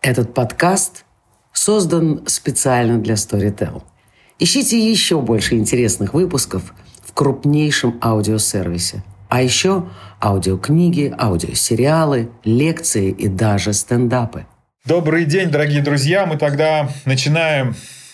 Этот подкаст создан специально для Storytel. Ищите еще больше интересных выпусков в крупнейшем аудиосервисе. А еще аудиокниги, аудиосериалы, лекции и даже стендапы. Добрый день, дорогие друзья. Мы тогда начинаем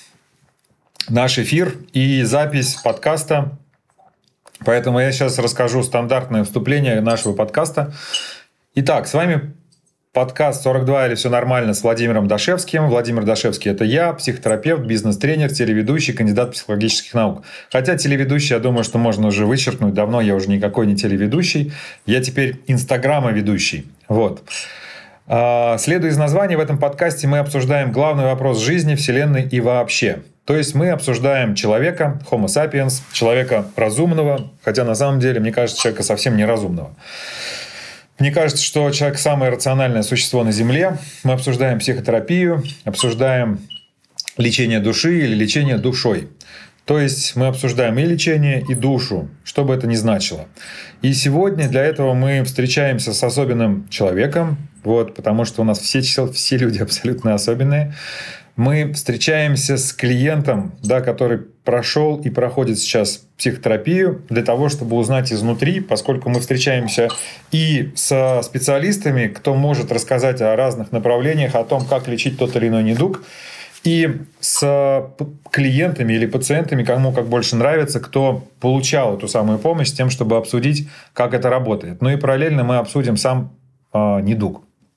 наш эфир и запись подкаста. Поэтому я сейчас расскажу стандартное вступление нашего подкаста. Итак, с вами подкаст 42 или «Все нормально» с Владимиром Дашевским. Владимир Дашевский – это я, психотерапевт, бизнес-тренер, телеведущий, кандидат психологических наук. Хотя телеведущий, я думаю, что можно уже вычеркнуть. Давно я уже никакой не телеведущий. Я теперь инстаграма-ведущий. Вот. Следуя из названия, в этом подкасте мы обсуждаем главный вопрос жизни, Вселенной и вообще. То есть мы обсуждаем человека, Homo sapiens, человека разумного, хотя на самом деле, мне кажется, человека совсем неразумного. Мне кажется, что человек – самое рациональное существо на Земле. Мы обсуждаем психотерапию, обсуждаем лечение души или лечение душой. То есть мы обсуждаем и лечение, и душу, что бы это ни значило. И сегодня для этого мы встречаемся с особенным человеком, потому что у нас все люди абсолютно особенные. Мы встречаемся с клиентом, который прошел и проходит сейчас психотерапию для того, чтобы узнать изнутри, поскольку мы встречаемся и со специалистами, кто может рассказать о разных направлениях, о том, как лечить тот или иной недуг, и с клиентами или пациентами, кому как больше нравится, кто получал эту самую помощь, с тем, чтобы обсудить, как это работает. Ну и параллельно мы обсудим сам недуг.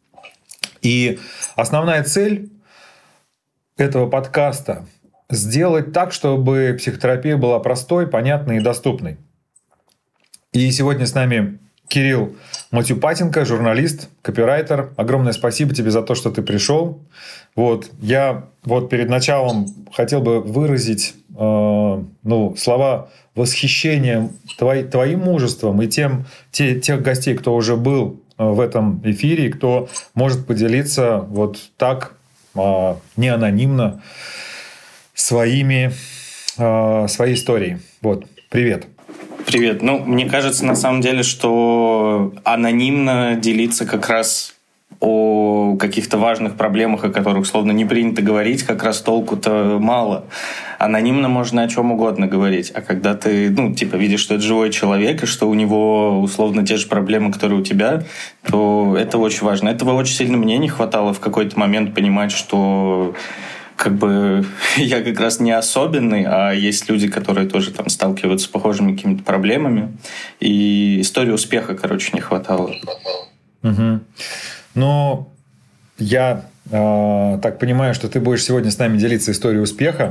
И основная цель этого подкаста – сделать так, чтобы психотерапия была простой, понятной и доступной. И сегодня с нами Кирилл Матюпатенко, журналист, копирайтер. Огромное спасибо тебе за то, что ты пришел. Я перед началом хотел бы выразить слова восхищения твоим мужеством и тех гостей, кто уже был в этом эфире, и кто может поделиться так не анонимно своей историей. Привет. Привет. Мне кажется, на самом деле, что анонимно делиться как раз о каких-то важных проблемах, о которых словно не принято говорить, как раз толку-то мало. Анонимно можно о чем угодно говорить. А когда ты, видишь, что это живой человек, и что у него, условно, те же проблемы, которые у тебя, то это очень важно. Этого очень сильно мне не хватало в какой-то момент понимать, что я как раз не особенный, а есть люди, которые тоже там сталкиваются с похожими какими-то проблемами. И истории успеха, не хватало. Угу. Я так понимаю, что ты будешь сегодня с нами делиться историей успеха.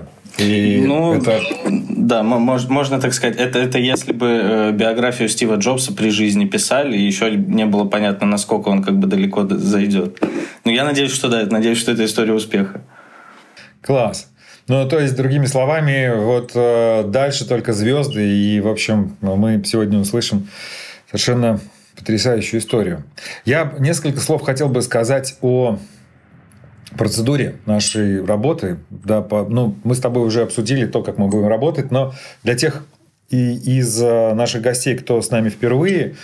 Да, можно так сказать. Это если бы биографию Стива Джобса при жизни писали, и еще не было понятно, насколько он далеко зайдет. Но я надеюсь, что да, надеюсь, что это история успеха. Класс. То есть, другими словами, дальше только звезды, и, в общем, мы сегодня услышим совершенно потрясающую историю. Я несколько слов хотел бы сказать о процедуре нашей работы. Мы с тобой уже обсудили то, как мы будем работать, но для тех из наших гостей, кто с нами впервые,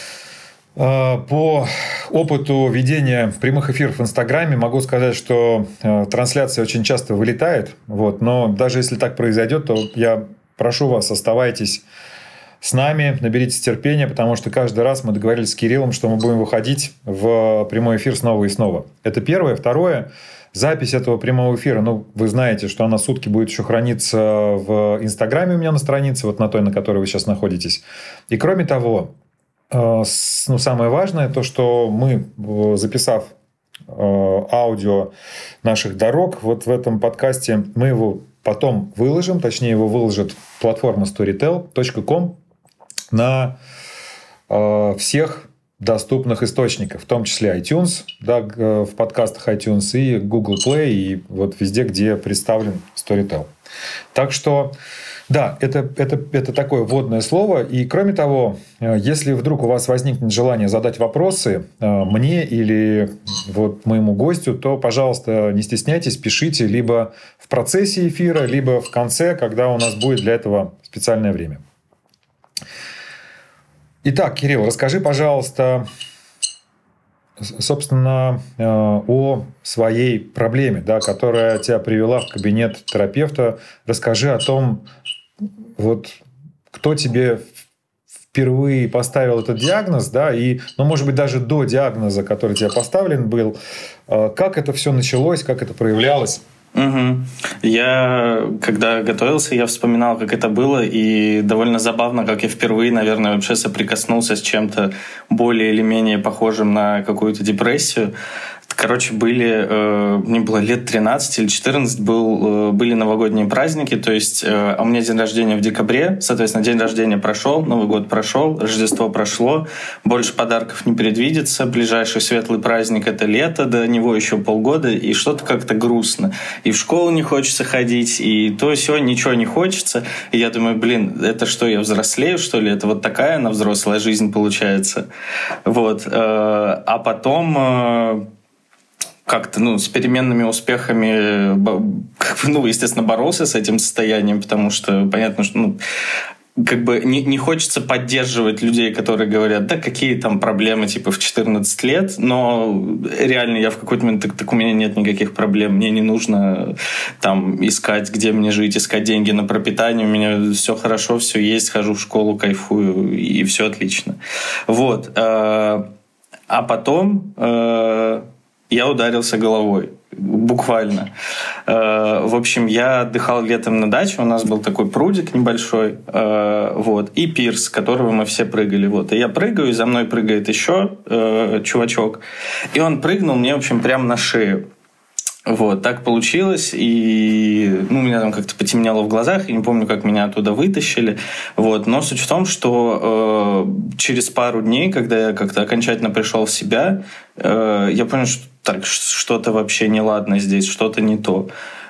по опыту ведения прямых эфиров в Инстаграме могу сказать, что трансляция очень часто вылетает. Но даже если так произойдет, то я прошу вас, оставайтесь с нами, наберитесь терпения, потому что каждый раз мы договорились с Кириллом, что мы будем выходить в прямой эфир снова и снова. Это первое. Второе. Запись этого прямого эфира, вы знаете, что она сутки будет еще храниться в Инстаграме у меня на странице, на той, на которой вы сейчас находитесь. И кроме того, самое важное, то, что мы, записав аудио наших дорог, в этом подкасте мы его потом выложим, точнее его выложит платформа storytel.com на всех доступных источниках, в том числе iTunes, в подкастах iTunes, и Google Play, и везде, где представлен Storytel. Так что, да, это такое вводное слово. И кроме того, если вдруг у вас возникнет желание задать вопросы мне или моему гостю, то, пожалуйста, не стесняйтесь, пишите либо в процессе эфира, либо в конце, когда у нас будет для этого специальное время. Итак, Кирилл, расскажи, пожалуйста, собственно, о своей проблеме, да, которая тебя привела в кабинет терапевта. Расскажи о том, вот, кто тебе впервые поставил этот диагноз, да, и, ну, может быть, даже до диагноза, который тебе поставлен был, как это все началось, как это проявлялось? Угу. Я, когда готовился, я вспоминал, как это было, и довольно забавно, как я впервые, наверное, вообще соприкоснулся с чем-то более или менее похожим на какую-то депрессию. Короче, мне было лет 13 или 14, были новогодние праздники, то есть у меня день рождения в декабре, соответственно, день рождения прошел, Новый год прошел, Рождество прошло, больше подарков не предвидится, ближайший светлый праздник — это лето, до него еще полгода, и что-то как-то грустно. И в школу не хочется ходить, и то сё, ничего не хочется. И я думаю, это что, я взрослею, что ли? Это вот такая она взрослая жизнь получается. Вот. А потом... как-то, с переменными успехами, естественно, боролся с этим состоянием, потому что понятно, что, не хочется поддерживать людей, которые говорят, да, какие там проблемы, в 14 лет, но реально я в какой-то момент, так у меня нет никаких проблем, мне не нужно там искать, где мне жить, искать деньги на пропитание, у меня все хорошо, все есть, хожу в школу, кайфую, и все отлично. Вот. А потом... я ударился головой, буквально. В общем, я отдыхал летом на даче, у нас был такой прудик небольшой, и пирс, с которого мы все прыгали. Вот. И я прыгаю, и за мной прыгает еще чувачок. И он прыгнул мне, в общем, прямо на шею. Вот, так получилось, и меня там как-то потемнело в глазах, я не помню, как меня оттуда вытащили, вот, но суть в том, что через пару дней, когда я как-то окончательно пришел в себя, я понял, что так, что-то вообще неладно здесь, что-то не то.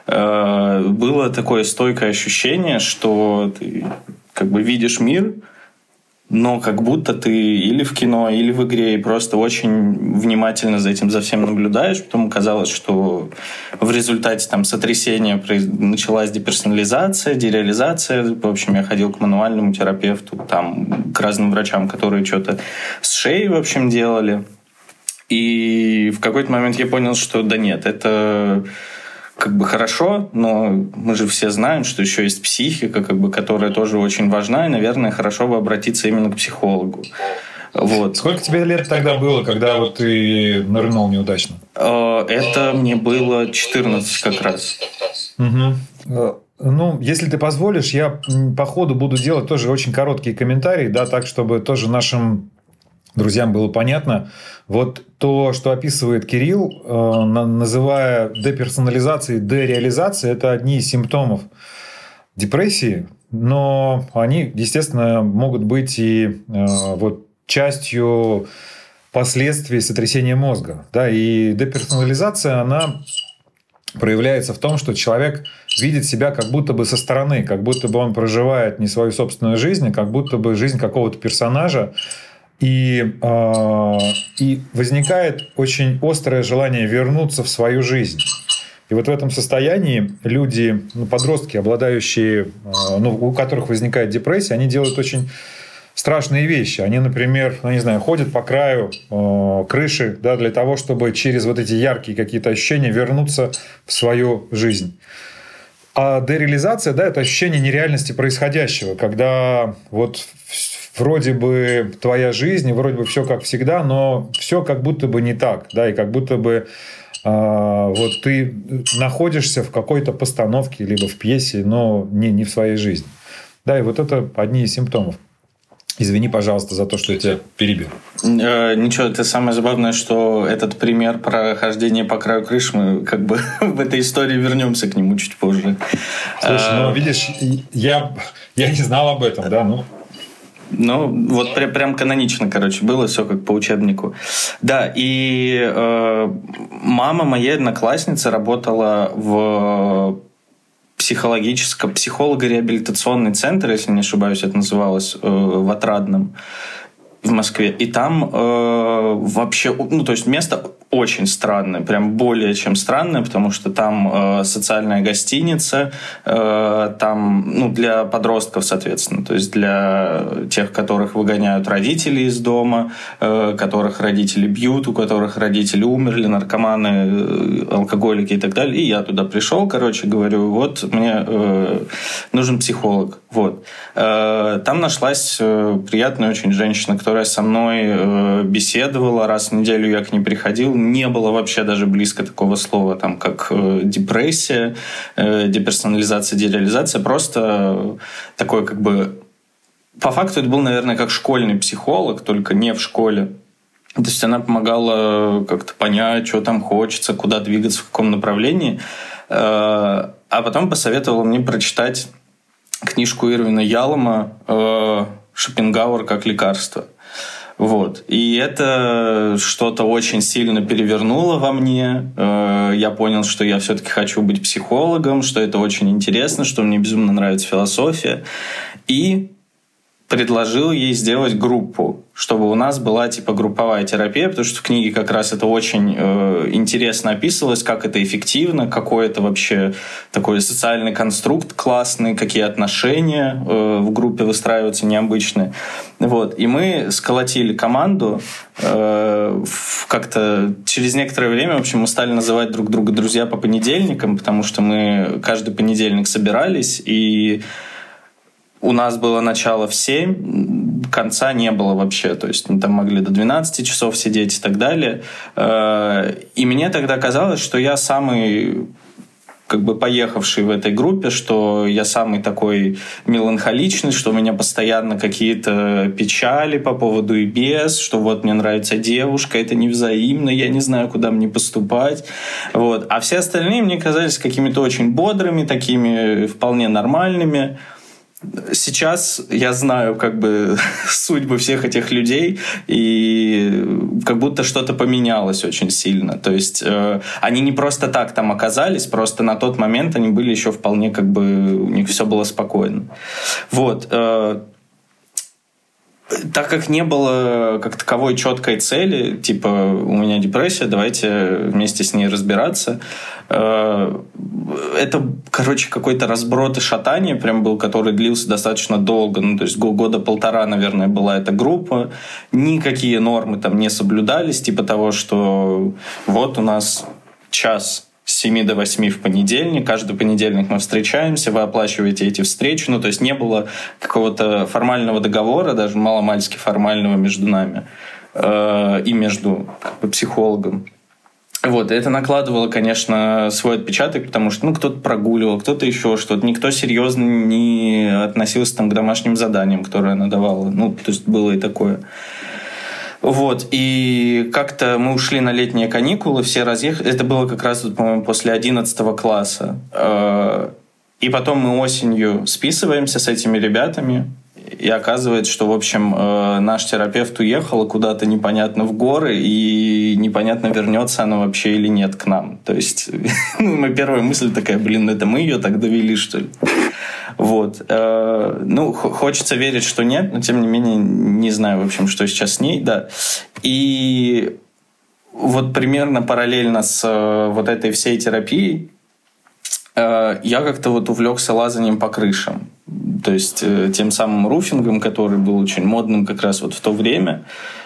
Было такое стойкое ощущение, что ты как бы видишь мир, но как будто ты или в кино, или в игре, и просто очень внимательно за этим, за всем наблюдаешь. Потом казалось, что в результате там сотрясения началась деперсонализация, дереализация. В общем, я ходил к мануальному терапевту, там, к разным врачам, которые что-то с шеей, в общем, делали. И в какой-то момент я понял, что да нет, это... как бы хорошо, но мы же все знаем, что еще есть психика, которая тоже очень важна, и, наверное, хорошо бы обратиться именно к психологу. Вот. Сколько тебе лет тогда было, когда вот ты нырнул неудачно? Это мне было 14 как раз. Угу. Если ты позволишь, я по ходу буду делать тоже очень короткие комментарии, да, так, чтобы тоже нашим друзьям было понятно. Вот то, что описывает Кирилл, называя деперсонализацией, дереализацией, это одни из симптомов депрессии, но они, естественно, могут быть и частью последствий сотрясения мозга. Да, и деперсонализация, она проявляется в том, что человек видит себя как будто бы со стороны, как будто бы он проживает не свою собственную жизнь, а как будто бы жизнь какого-то персонажа. И возникает очень острое желание вернуться в свою жизнь. И вот в этом состоянии люди, подростки, обладающие, у которых возникает депрессия, они делают очень страшные вещи. Они, например, ходят по краю крыши, да, для того, чтобы через вот эти яркие какие-то ощущения вернуться в свою жизнь. А дереализация, да, это ощущение нереальности происходящего, когда вот вроде бы твоя жизнь, вроде бы все как всегда, но все как будто бы не так, да, и как будто бы ты находишься в какой-то постановке либо в пьесе, но не в своей жизни. Да, и вот это одни из симптомов. Извини, пожалуйста, за то, что я тебя перебил. Ничего, это самое забавное, что этот пример про хождение по краю крыши, мы в этой истории вернемся к нему чуть позже. Слушай, видишь, я не знал об этом, да, вот прям канонично, было все как по учебнику. Да, и мама моей одноклассницы работала в психолого-реабилитационный центр, если не ошибаюсь, это называлось, в Отрадном, в Москве. И там вообще, то есть место очень странное, прям более чем странное, потому что там социальная гостиница, там для подростков, соответственно, то есть для тех, которых выгоняют родители из дома, которых родители бьют, у которых родители умерли, наркоманы, алкоголики и так далее. И я туда пришел, говорю, вот мне нужен психолог. Вот. Там нашлась приятная очень женщина, которая со мной беседовала, раз в неделю я к ней приходил. Не было вообще даже близко такого слова, там, как депрессия, деперсонализация, дереализация. Просто такой По факту это был, наверное, как школьный психолог, только не в школе. То есть она помогала как-то понять, что там хочется, куда двигаться, в каком направлении. А потом посоветовала мне прочитать книжку Ирвина Ялома «Шопенгауэр как лекарство». Вот. И это что-то очень сильно перевернуло во мне. Я понял, что я все-таки хочу быть психологом, что это очень интересно, что мне безумно нравится философия. И предложил ей сделать группу, чтобы у нас была групповая терапия, потому что в книге как раз это очень интересно описывалось, как это эффективно, какой это вообще такой социальный конструкт классный, какие отношения в группе выстраиваются необычные. Вот. И мы сколотили команду, как-то через некоторое время, в общем, мы стали называть друг друга друзья по понедельникам, потому что мы каждый понедельник собирались, и у нас было начало в 7, конца не было вообще. То есть мы там могли до 12 часов сидеть и так далее. И мне тогда казалось, что я самый поехавший в этой группе, что я самый такой меланхоличный, что у меня постоянно какие-то печали по поводу и без, что вот мне нравится девушка, это невзаимно, я не знаю, куда мне поступать. Вот. А все остальные мне казались какими-то очень бодрыми, такими вполне нормальными. Сейчас я знаю судьбы всех этих людей, и как будто что-то поменялось очень сильно. То есть они не просто так там оказались, просто на тот момент они были еще вполне у них все было спокойно. Вот. Так как не было как таковой четкой цели, у меня депрессия, давайте вместе с ней разбираться. Это, какой-то разброд и шатание прям был, который длился достаточно долго. То есть года полтора, наверное, была эта группа. Никакие нормы там не соблюдались, того, что вот у нас час с 7 до 8 в понедельник, каждый понедельник мы встречаемся, вы оплачиваете эти встречи. То есть не было какого-то формального договора, даже маломальски формального между нами и между психологом. Вот, и это накладывало, конечно, свой отпечаток, потому что кто-то прогуливал, кто-то еще что-то. Никто серьезно не относился к домашним заданиям, которые она давала. То есть было и такое. Вот, и как-то мы ушли на летние каникулы, все разъехались. Это было как раз, по-моему, после 11 класса. И потом мы осенью списываемся с этими ребятами, и оказывается, что, в общем, наш терапевт уехал куда-то непонятно в горы, и непонятно, вернется она вообще или нет к нам. То есть, моя первая мысль такая, это мы ее так довели, что ли? Вот. Хочется верить, что нет, но, тем не менее, не знаю, в общем, что сейчас с ней, да. И вот примерно параллельно с вот этой всей терапией я как-то увлекся лазанием по крышам. То есть тем самым руфингом, который был очень модным как раз в то время.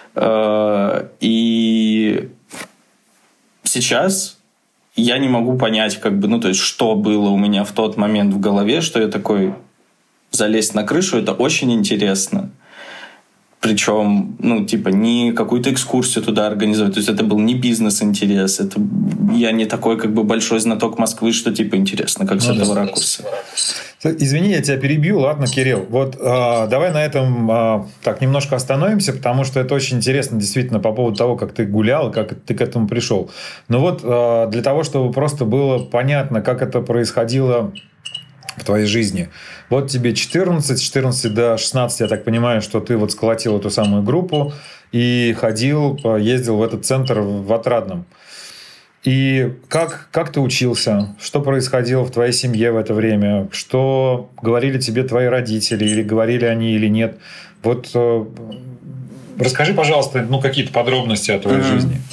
И сейчас я не могу понять, то есть, что было у меня в тот момент в голове, что я такой залезть на крышу, это очень интересно. Причем, не какую-то экскурсию туда организовать. То есть это был не бизнес-интерес. Я не такой большой знаток Москвы, что интересно, как с этого ракурса. Извини, я тебя перебью. Ладно, Кирилл. Вот давай на этом так немножко остановимся, потому что это очень интересно действительно по поводу того, как ты гулял, как ты к этому пришел. Но вот для того, чтобы просто было понятно, как это происходило в твоей жизни. Вот тебе 14 до 16, я так понимаю, что ты сколотил эту самую группу и ездил в этот центр в Отрадном. И как ты учился? Что происходило в твоей семье в это время? Что говорили тебе твои родители? Или говорили они, или нет? Вот расскажи, пожалуйста, какие-то подробности о твоей жизни.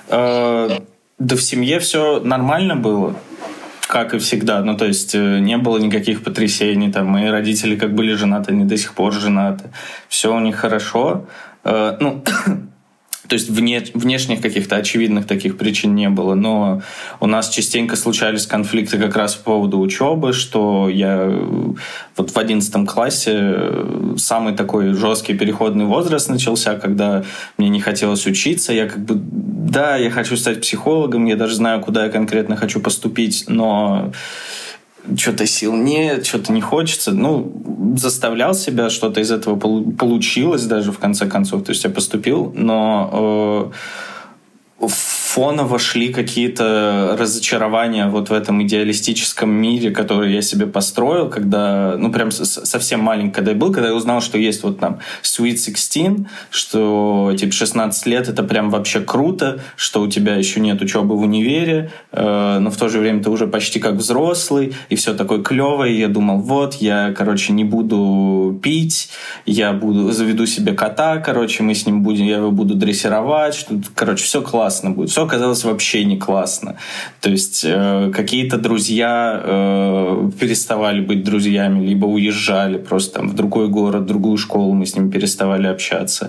Да в семье все нормально было, как и всегда. Ну, то есть не было никаких потрясений. Там, мои родители как были женаты, они до сих пор женаты. Все у них хорошо. То есть внешних каких-то очевидных таких причин не было, но у нас частенько случались конфликты как раз по поводу учебы, что я вот в 11 классе самый такой жесткий переходный возраст начался, когда мне не хотелось учиться. Я я хочу стать психологом, я даже знаю, куда я конкретно хочу поступить, но что-то сил нет, что-то не хочется. Заставлял себя, что-то из этого получилось даже в конце концов. То есть я поступил, но фоново шли какие-то разочарования вот в этом идеалистическом мире, который я себе построил, когда, прям совсем маленький, когда я узнал, что есть вот там Sweet 16, что типа 16 лет это прям вообще круто, что у тебя еще нет учебы в универе, но в то же время ты уже почти как взрослый, и все такое клевое. И я думал, я, не буду пить, я заведу себе кота, мы с ним я его буду дрессировать, что, все классно будет. Все оказалось вообще не классно. То есть какие-то друзья переставали быть друзьями, либо уезжали просто там в другой город, в другую школу, мы с ними переставали общаться.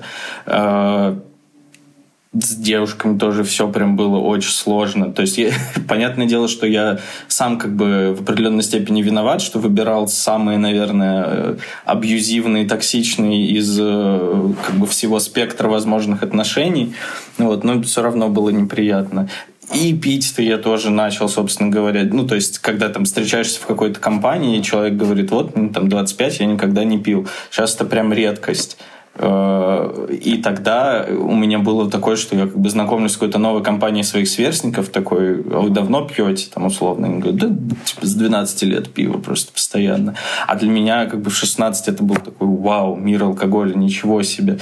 С девушками тоже все прям было очень сложно. То есть, понятное дело, что я сам в определенной степени виноват, что выбирал самые, наверное, абьюзивные, токсичные из всего спектра возможных отношений. Но все равно было неприятно. И пить-то я тоже начал, собственно говоря. То есть, когда там встречаешься в какой-то компании, и человек говорит, мне там 25, я никогда не пил. Сейчас это прям редкость. И тогда у меня было такое, что я знакомлюсь с какой-то новой компанией своих сверстников, такой, а вы давно пьете, там, условно? Они говорят, с 12 лет пиво просто постоянно. А для меня в 16 это был такой, вау, мир алкоголя, ничего себе.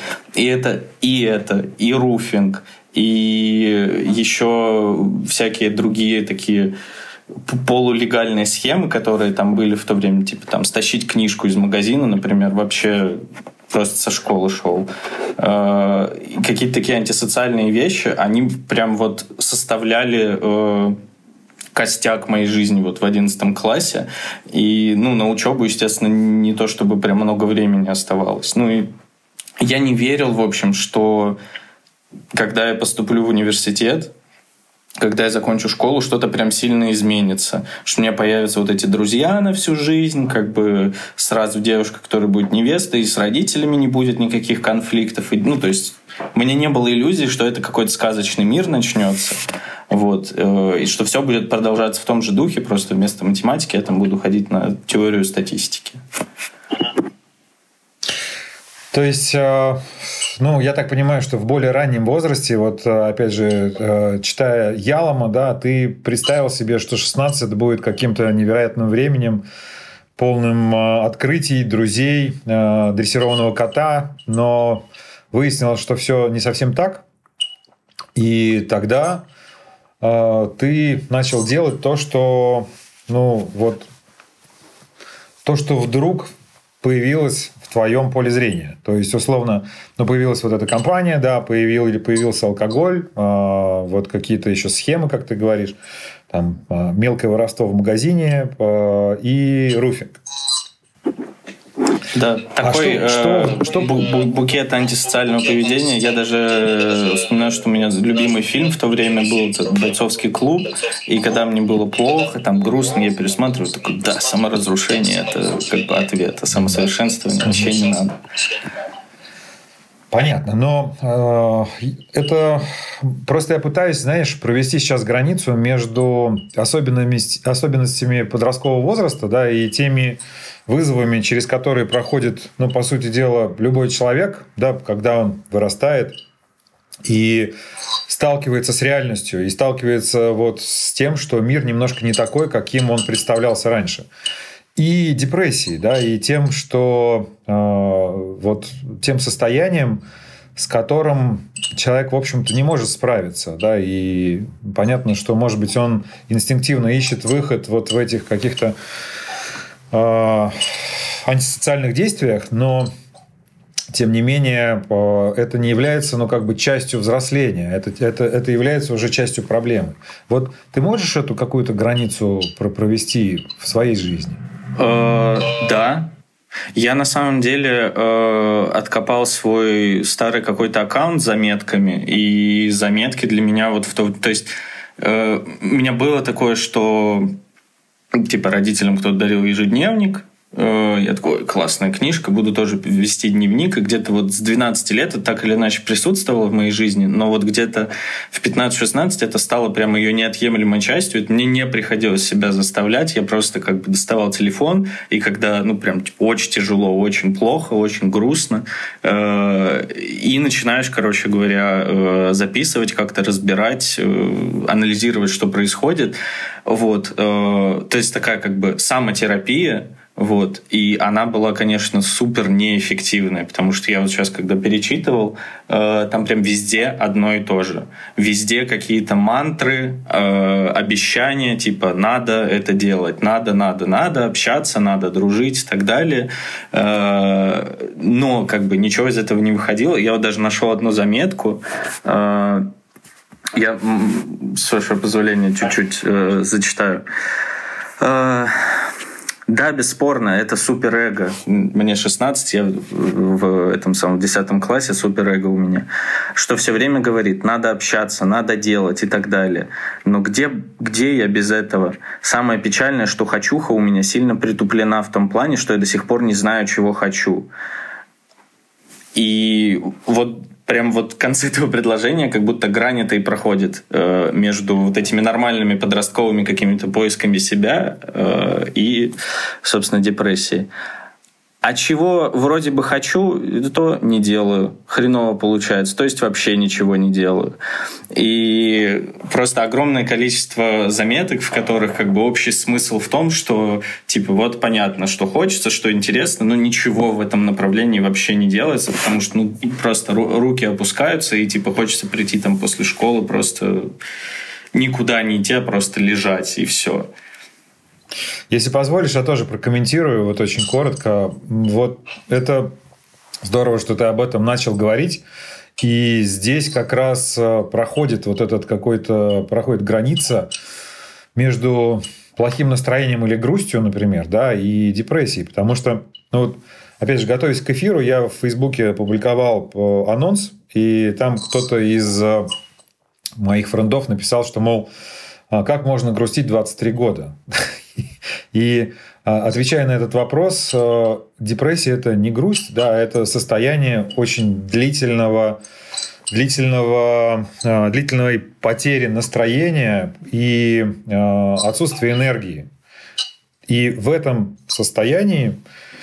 И руфинг, и еще всякие другие такие полулегальные схемы, которые там были в то время, типа там стащить книжку из магазина, например, вообще просто со школы шел. Какие-то такие антисоциальные вещи, они прям составляли костяк моей жизни в 11 классе. И на учебу, естественно, не то чтобы прям много времени оставалось. И я не верил, в общем, что когда я поступлю в университет, когда я закончу школу, что-то прям сильно изменится. Что у меня появятся эти друзья на всю жизнь, сразу девушка, которая будет невестой, и с родителями не будет никаких конфликтов. То есть у меня не было иллюзий, что это какой-то сказочный мир начнется. И что все будет продолжаться в том же духе, просто вместо математики я там буду ходить на теорию статистики. То есть, я так понимаю, что в более раннем возрасте, опять же, читая Ялома, да, ты представил себе, что 16 это будет каким-то невероятным временем, полным открытий, друзей, дрессированного кота, но выяснилось, что все не совсем так. И тогда ты начал делать то, что, то, что вдруг появилось в твоем поле зрения. То есть, условно, появилась эта компания, да, появился алкоголь, какие-то еще схемы, как ты говоришь, там, мелкое воровство в магазине и руфинг. Да, такой букет антисоциального поведения. Я даже вспоминаю, что у меня любимый фильм в то время был «Бойцовский клуб», и когда мне было плохо, там грустно, я пересматриваю, такой, да, саморазрушение — это ответ, а самосовершенствование вообще не надо. Понятно, но это просто я пытаюсь, провести сейчас границу между особенностями подросткового возраста, да, и теми вызовами, через которые проходит, по сути дела, любой человек, да, когда он вырастает и сталкивается с реальностью, и сталкивается с тем, что мир немножко не такой, каким он представлялся раньше. И депрессией, да, и тем, что тем состоянием, с которым человек, в общем-то, не может справиться, да, и понятно, что, может быть, он инстинктивно ищет выход в этих каких-то антисоциальных действиях, но тем не менее, это не является, частью взросления. Это является уже частью проблемы. Вот ты можешь эту какую-то границу провести в своей жизни? Да. Я на самом деле откопал свой старый какой-то аккаунт с заметками, и заметки для меня то есть у меня было такое, что типа родителям кто-то дарил ежедневник. Я такой, классная книжка, буду тоже вести дневник. И где-то с 12 лет это так или иначе присутствовало в моей жизни. Но где-то в 15-16 это стало прямо ее неотъемлемой частью. Это мне не приходилось себя заставлять. Я просто доставал телефон. И когда, очень тяжело, очень плохо, очень грустно. И начинаешь, короче говоря, записывать, как-то разбирать, анализировать, что происходит. То есть такая самотерапия. И она была, конечно, супер неэффективная, потому что я сейчас, когда перечитывал, там прям везде одно и то же. Везде какие-то мантры, обещания, типа надо это делать, надо общаться, надо дружить и так далее. Но ничего из этого не выходило. Я даже нашел одну заметку. Я, с вашего позволения, чуть-чуть зачитаю. Да, бесспорно, это суперэго. Мне 16, я в 10 классе, суперэго у меня. Что все время говорит, надо общаться, надо делать и так далее. Но где я без этого? Самое печальное, что хочуха у меня сильно притуплена в том плане, что я до сих пор не знаю, чего хочу. И прям в конце этого предложения как будто грань эта и проходит между этими нормальными подростковыми какими-то поисками себя и, собственно, депрессией. А чего вроде бы хочу, то не делаю. Хреново получается. То есть вообще ничего не делаю. И просто огромное количество заметок, в которых общий смысл в том, что понятно, что хочется, что интересно, но ничего в этом направлении вообще не делается, потому что просто руки опускаются, и хочется прийти после школы просто никуда не идти, а просто лежать, и все. Если позволишь, я тоже прокомментирую очень коротко. Это здорово, что ты об этом начал говорить. И здесь как раз проходит проходит граница между плохим настроением или грустью, например, и депрессией. Потому что, опять же, готовясь к эфиру, я в Фейсбуке опубликовал анонс, и там кто-то из моих френдов написал, что, мол, как можно грустить 23 года? И отвечая на этот вопрос, депрессия – это не грусть, это состояние очень длительной потери настроения и отсутствия энергии. И в этом состоянии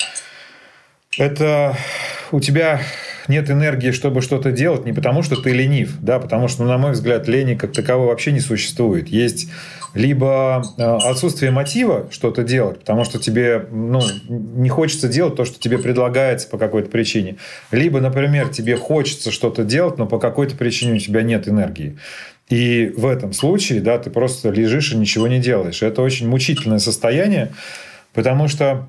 это у тебя нет энергии, чтобы что-то делать, не потому что ты ленив, потому что, на мой взгляд, лени как таковой вообще не существует. Есть либо отсутствие мотива что-то делать, потому что тебе не хочется делать то, что тебе предлагается по какой-то причине. Либо, например, тебе хочется что-то делать, но по какой-то причине у тебя нет энергии. И в этом случае ты просто лежишь и ничего не делаешь. Это очень мучительное состояние, потому что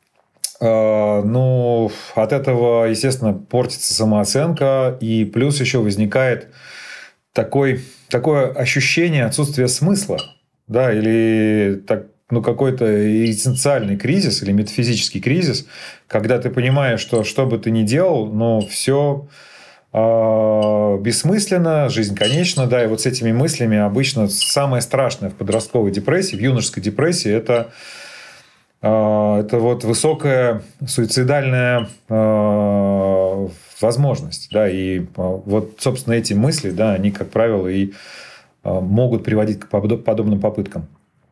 от этого, естественно, портится самооценка, и плюс еще возникает такое ощущение отсутствия смысла, или какой-то экзистенциальный кризис или метафизический кризис, когда ты понимаешь, что бы ты ни делал, все бессмысленно, жизнь конечна, и с этими мыслями обычно самое страшное в подростковой депрессии, в юношеской депрессии – это высокая суицидальная возможность. И собственно, эти мысли, они, как правило, и могут приводить к подобным попыткам.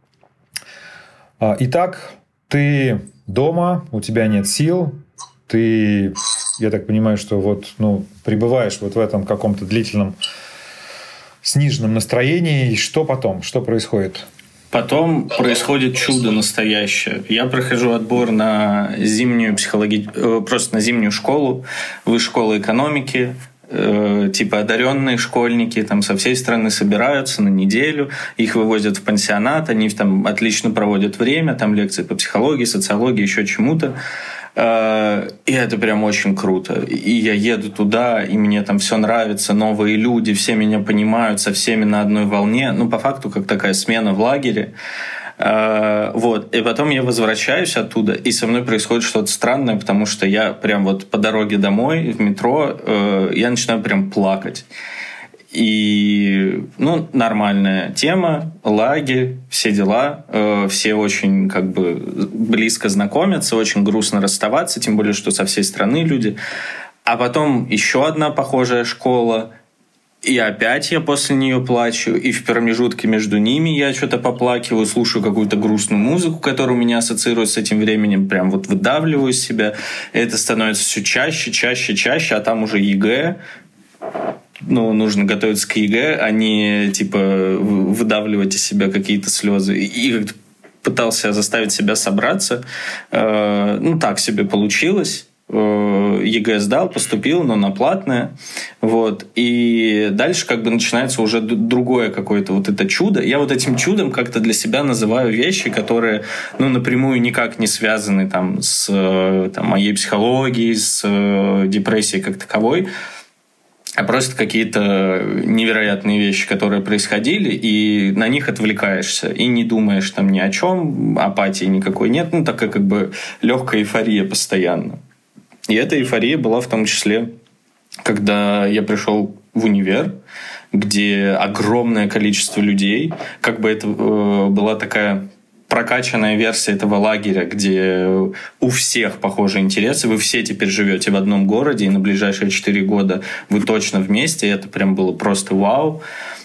Итак, ты дома, у тебя нет сил, ты, я так понимаю, что пребываешь в этом каком-то длительном сниженном настроении. И что потом? Что происходит? Потом происходит чудо настоящее. Я прохожу отбор на просто на зимнюю школу, высшую школу экономики. Одаренные школьники со всей страны собираются на неделю, их вывозят в пансионат, они отлично проводят время, лекции по психологии, социологии, еще чему-то. И это прям очень круто. И я еду туда, и мне там все нравится, новые люди, все меня понимают, со всеми на одной волне. Ну, по факту, как такая смена в лагере. Вот. И потом я возвращаюсь оттуда, и со мной происходит что-то странное, потому что я прям вот по дороге домой в метро я начинаю прям плакать. И, ну, нормальная тема, лагерь, все дела, все очень как бы близко знакомятся, очень грустно расставаться, тем более, что со всей страны люди. А потом еще одна похожая школа, и опять я после нее плачу, и в промежутке между ними я что-то поплакиваю, слушаю какую-то грустную музыку, которая у меня ассоциируется с этим временем, прям вот выдавливаю из себя. Это становится все чаще, а там уже ЕГЭ. Ну, нужно готовиться к ЕГЭ, а не, типа, выдавливать из себя какие-то слезы. И как-то пытался заставить себя собраться. Ну, так себе получилось. ЕГЭ сдал, поступил, но на платное. Вот. И дальше как бы начинается уже другое какое-то вот это чудо. Я вот этим чудом как-то для себя называю вещи, которые, ну, напрямую никак не связаны там, с моей психологией, с депрессией как таковой, а просто какие-то невероятные вещи, которые происходили, и на них отвлекаешься, и не думаешь там ни о чем, апатии никакой нет, ну, такая как бы легкая эйфория постоянно. И эта эйфория была в том числе, когда я пришел в универ, где огромное количество людей, как бы это была такая прокачанная версия этого лагеря, где у всех похожие интересы, вы все теперь живете в одном городе, и на ближайшие 4 года вы точно вместе, и это прям было просто вау.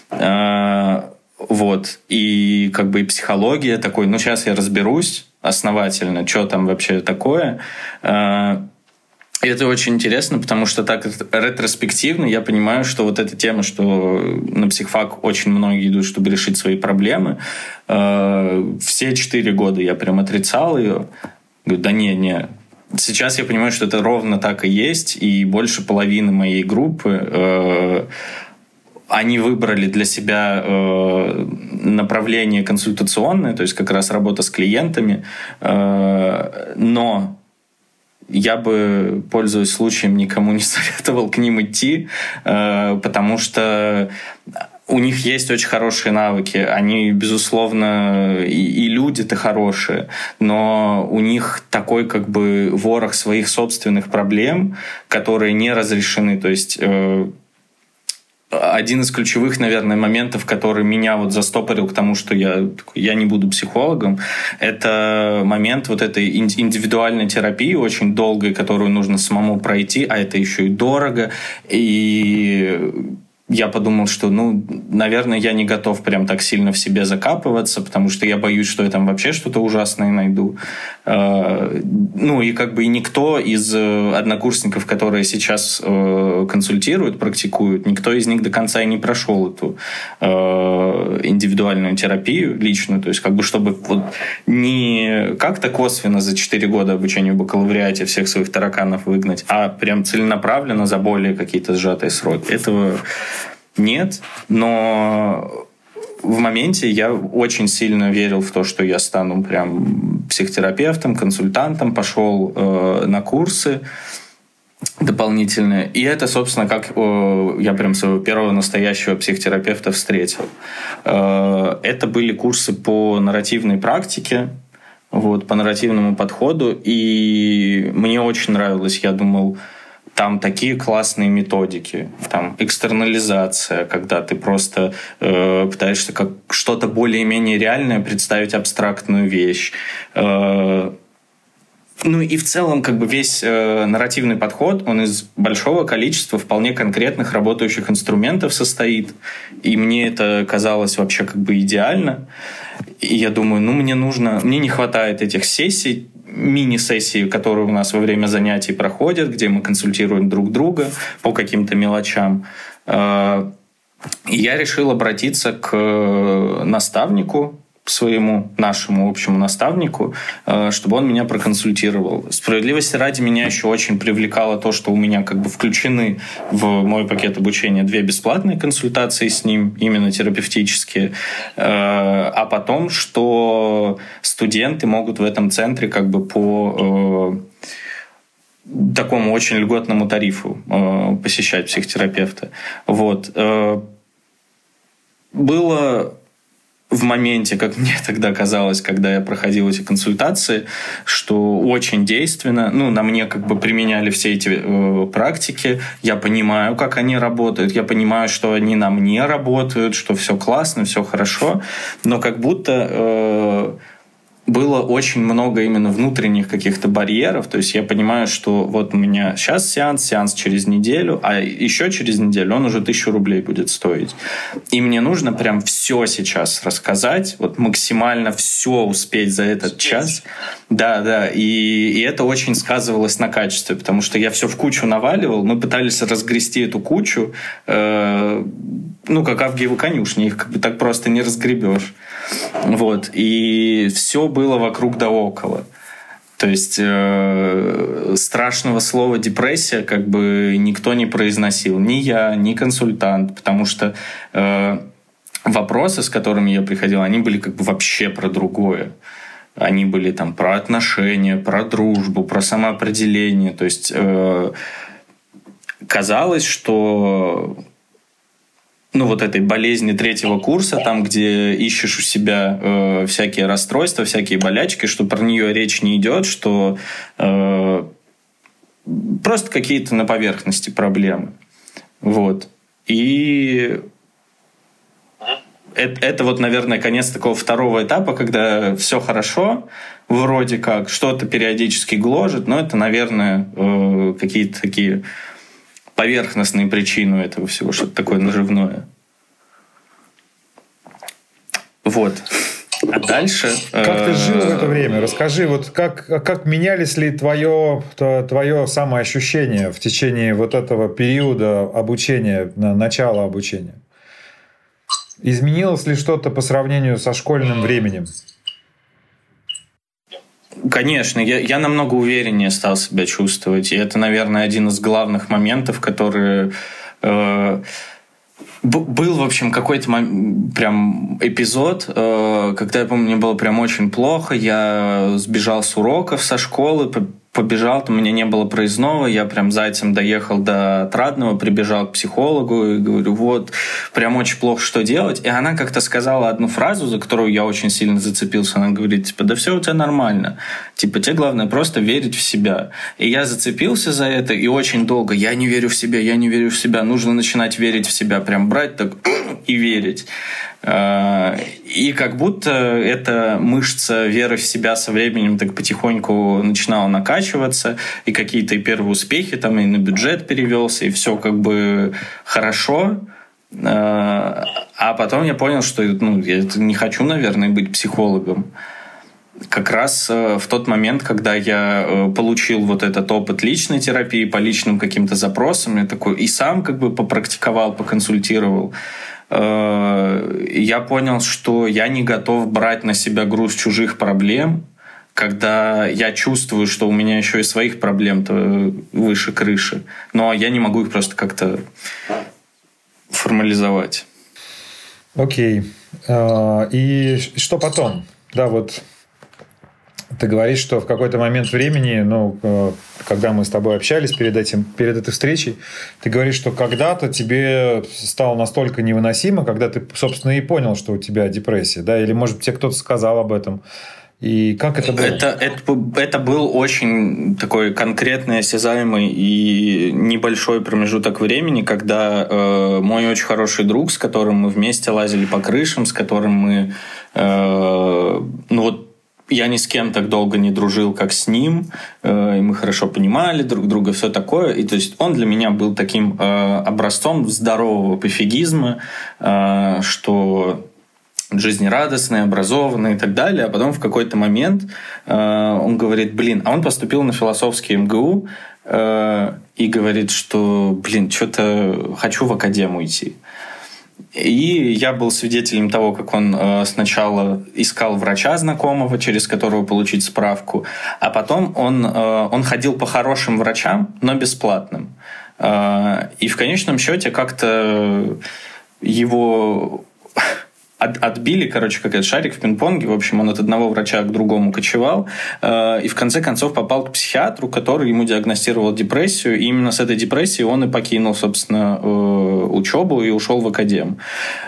Вот. И как бы и психология такой, ну, сейчас я разберусь основательно, что там вообще такое. И это очень интересно, потому что так ретроспективно я понимаю, что вот эта тема, что на психфак очень многие идут, чтобы решить свои проблемы, все 4 года я прям отрицал ее. Говорю, да не. Сейчас я понимаю, что это ровно так и есть, и больше половины моей группы они выбрали для себя направление консультационное, то есть как раз работа с клиентами, но я бы, пользуясь случаем, никому не советовал к ним идти, потому что у них есть очень хорошие навыки. Они, безусловно, и люди-то хорошие, но у них такой как бы ворох своих собственных проблем, которые не разрешены. То есть один из ключевых, наверное, моментов, который меня вот застопорил к тому, что я не буду психологом, это момент вот этой индивидуальной терапии, очень долгой, которую нужно самому пройти, а это еще и дорого. И я подумал, что, наверное, я не готов прям так сильно в себе закапываться, потому что я боюсь, что я там вообще что-то ужасное найду. И как бы и никто из однокурсников, которые сейчас консультируют, практикуют, никто из них до конца и не прошел эту индивидуальную терапию личную, то есть как бы чтобы вот не как-то косвенно за 4 года обучения в бакалавриате всех своих тараканов выгнать, а прям целенаправленно за более какие-то сжатые сроки. Этого нет, но в моменте я очень сильно верил в то, что я стану прям психотерапевтом, консультантом, пошел на курсы дополнительные. И это, собственно, как я прям своего первого настоящего психотерапевта встретил. Это были курсы по нарративной практике, по нарративному подходу, и мне очень нравилось. Я думал, там такие классные методики, там экстернализация, когда ты просто пытаешься как что-то более-менее реальное представить абстрактную вещь. И в целом как бы весь нарративный подход, он из большого количества вполне конкретных работающих инструментов состоит. И мне это казалось вообще как бы идеально. И я думаю, мне не хватает этих сессий, мини-сессии, которые у нас во время занятий проходят, где мы консультируем друг друга по каким-то мелочам. И я решил обратиться к наставнику, своему, нашему общему наставнику, чтобы он меня проконсультировал. Справедливости ради, меня еще очень привлекало то, что у меня как бы включены в мой пакет обучения 2 бесплатные консультации с ним, именно терапевтические, а потом, что студенты могут в этом центре как бы по такому очень льготному тарифу посещать психотерапевта. Вот. Было в моменте, как мне тогда казалось, когда я проходил эти консультации, что очень действенно, на мне как бы применяли все эти практики, я понимаю, как они работают, я понимаю, что они на мне работают, что все классно, все хорошо, но как будто было очень много именно внутренних каких-то барьеров. То есть я понимаю, что вот у меня сейчас сеанс через неделю, а еще через неделю он уже 1000 рублей будет стоить. И мне нужно прям все сейчас рассказать, вот максимально все успеть за этот час. Да, и это очень сказывалось на качестве, потому что я все в кучу наваливал, мы пытались разгрести эту кучу, как авгиевы конюшни, их как бы так просто не разгребешь. Вот. И все было вокруг да около. То есть страшного слова депрессия как бы никто не произносил. Ни я, ни консультант. Потому что вопросы, с которыми я приходил, они были как бы вообще про другое. Они были там про отношения, про дружбу, про самоопределение. То есть казалось, что вот этой болезни 3-го курса, там, где ищешь у себя всякие расстройства, всякие болячки, что про нее речь не идет, что просто какие-то на поверхности проблемы. Вот. И это вот, наверное, конец такого второго этапа, когда все хорошо, вроде как, что-то периодически гложет, но это, наверное, какие-то такие поверхностные причины этого всего, что-то такое наживное. Вот. А дальше... Как ты жил в это время? Расскажи, вот как менялись ли твое самоощущение в течение вот этого периода обучения, начала обучения? Изменилось ли что-то по сравнению со школьным временем? Конечно, я намного увереннее стал себя чувствовать. И это, наверное, один из главных моментов, которые... Был, в общем, какой-то прям эпизод, когда, я помню, мне было прям очень плохо. Я сбежал с уроков, со школы, побежал, там у меня не было проездного, я прям зайцем доехал до Отрадного, прибежал к психологу и говорю, вот, прям очень плохо, что делать. И она как-то сказала одну фразу, за которую я очень сильно зацепился. Она говорит, да все у тебя нормально. Тебе главное просто верить в себя. И я зацепился за это, и очень долго я не верю в себя, нужно начинать верить в себя, прям брать так и верить. И как будто эта мышца веры в себя со временем так потихоньку начинала накачиваться, и какие-то первые успехи, там и на бюджет перевелся, и все как бы хорошо. А потом я понял, что я не хочу, наверное, быть психологом. Как раз в тот момент, когда я получил вот этот опыт личной терапии по личным каким-то запросам, я такой и сам как бы попрактиковал, поконсультировал, я понял, что я не готов брать на себя груз чужих проблем, когда я чувствую, что у меня еще и своих проблем-то выше крыши, но я не могу их просто как-то формализовать. Окей. И что потом? Да, вот ты говоришь, что в какой-то момент времени, когда мы с тобой общались перед этой встречей, ты говоришь, что когда-то тебе стало настолько невыносимо, когда ты, собственно, и понял, что у тебя депрессия, да? Или, может, тебе кто-то сказал об этом? И как это было? Это был очень такой конкретный, осязаемый и небольшой промежуток времени, когда мой очень хороший друг, с которым мы вместе лазили по крышам, с которым мы... Я ни с кем так долго не дружил, как с ним, и мы хорошо понимали друг друга, все такое. И то есть он для меня был таким образцом здорового пофигизма, что жизнерадостный, образованный и так далее. А потом в какой-то момент он говорит, а он поступил на философский МГУ и говорит, что, что-то хочу в академию идти. И я был свидетелем того, как он сначала искал врача знакомого, через которого получить справку, а потом он ходил по хорошим врачам, но бесплатным. И в конечном счете как-то его отбили, короче, как этот шарик в пинг-понге. В общем, он от одного врача к другому кочевал. И в конце концов попал к психиатру, который ему диагностировал депрессию. И именно с этой депрессией он и покинул, собственно, учебу и ушел в академ.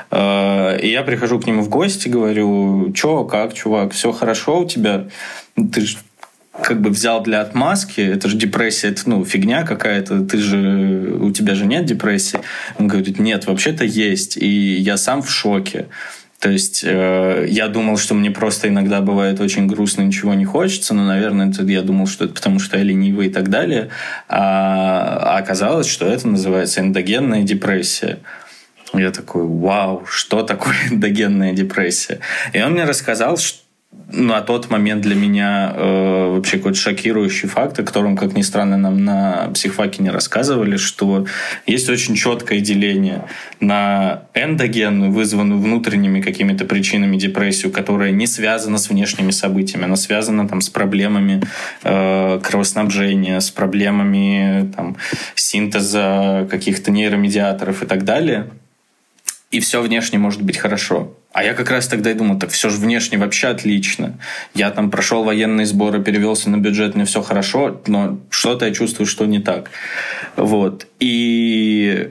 И я прихожу к нему в гости, говорю: «Чё, как, чувак, все хорошо у тебя? Ты же как бы взял для отмазки, это же депрессия, это фигня какая-то, у тебя же нет депрессии». Он говорит: «Нет, вообще-то есть, и я сам в шоке». То есть я думал, что мне просто иногда бывает очень грустно, ничего не хочется, но, наверное, я думал, что это потому, что я ленивый и так далее. А оказалось, что это называется эндогенная депрессия. Я такой: вау, что такое эндогенная депрессия? И он мне рассказал, что на тот момент для меня вообще какой-то шокирующий факт, о котором, как ни странно, нам на психфаке не рассказывали, что есть очень четкое деление на эндогенную, вызванную внутренними какими-то причинами депрессию, которая не связана с внешними событиями, она связана с проблемами кровоснабжения, с проблемами синтеза каких-то нейромедиаторов и так далее. И все внешне может быть хорошо. А я как раз тогда и думал: так все же внешне вообще отлично. Я прошел военные сборы, перевелся на бюджет, мне все хорошо, но что-то я чувствую, что не так. Вот. И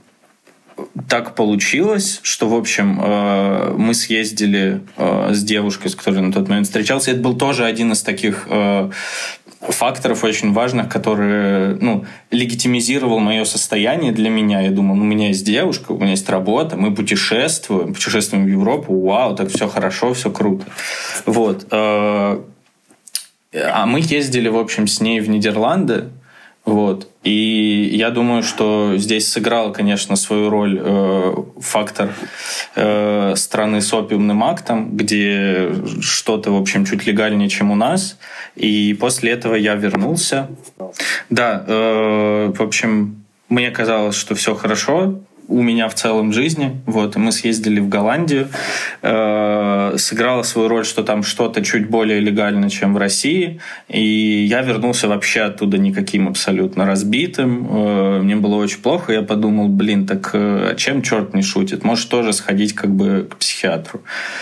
так получилось, что, в общем, мы съездили с девушкой, с которой на тот момент встречался. Это был тоже один из таких факторов очень важных, который легитимизировал мое состояние для меня. Я думал: у меня есть девушка, у меня есть работа, мы путешествуем в Европу, вау, так все хорошо, все круто. Вот. А мы ездили, в общем, с ней в Нидерланды. Вот. И я думаю, что здесь сыграл, конечно, свою роль фактор страны с опиумным актом, где что-то, в общем, чуть легальнее, чем у нас. И после этого я вернулся. Да, в общем, мне казалось, что все хорошо у меня в целом в жизни. Вот. И мы съездили в Голландию. Сыграло свою роль, что там что-то чуть более легально, чем в России. И я вернулся вообще оттуда никаким абсолютно разбитым. Мне было очень плохо. Я подумал: так чем черт не шутит? Может, тоже сходить к психиатру.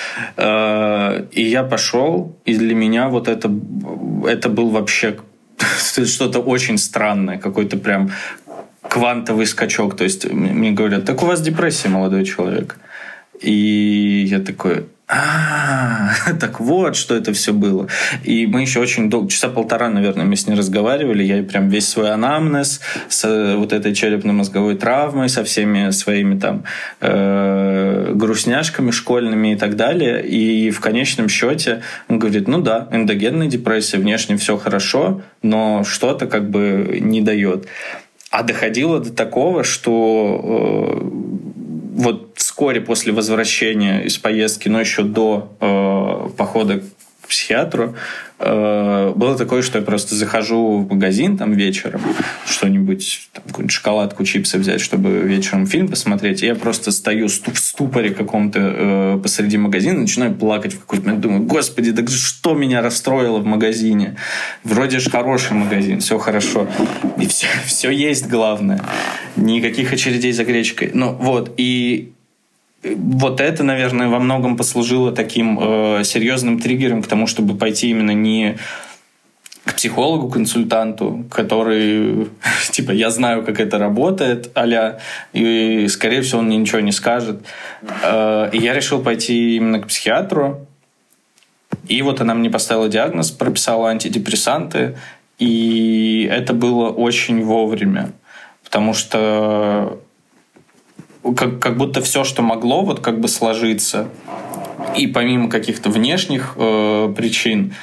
И я пошел. И для меня вот это был вообще что-то очень странное. Какой-то прям квантовый скачок. То есть мне говорят: так у вас депрессия, молодой человек. И я такой: так вот, что это все было. И мы еще очень долго, часа полтора, наверное, мы с ней разговаривали. Я прям весь свой анамнез с вот этой черепно-мозговой травмой, со всеми своими грустняшками школьными и так далее. И в конечном счете он говорит: да, эндогенная депрессия, внешне все хорошо, но что-то не дает. А доходило до такого, что вот вскоре после возвращения из поездки, но еще до похода к психиатру, было такое, что я просто захожу в магазин вечером, что-нибудь, какую-нибудь шоколадку, чипсы взять, чтобы вечером фильм посмотреть, и я просто стою в ступоре каком-то посреди магазина, начинаю плакать в какой-то момент, думаю: господи, да что меня расстроило в магазине? Вроде же хороший магазин, все хорошо, и все есть, главное, никаких очередей за гречкой. И вот это, наверное, во многом послужило таким серьезным триггером к тому, чтобы пойти именно не к психологу-консультанту, который, я знаю, как это работает, а-ля, и, скорее всего, он мне ничего не скажет. И я решил пойти именно к психиатру. И вот она мне поставила диагноз, прописала антидепрессанты, и это было очень вовремя, потому что как будто все, что могло сложиться, и помимо каких-то внешних причин,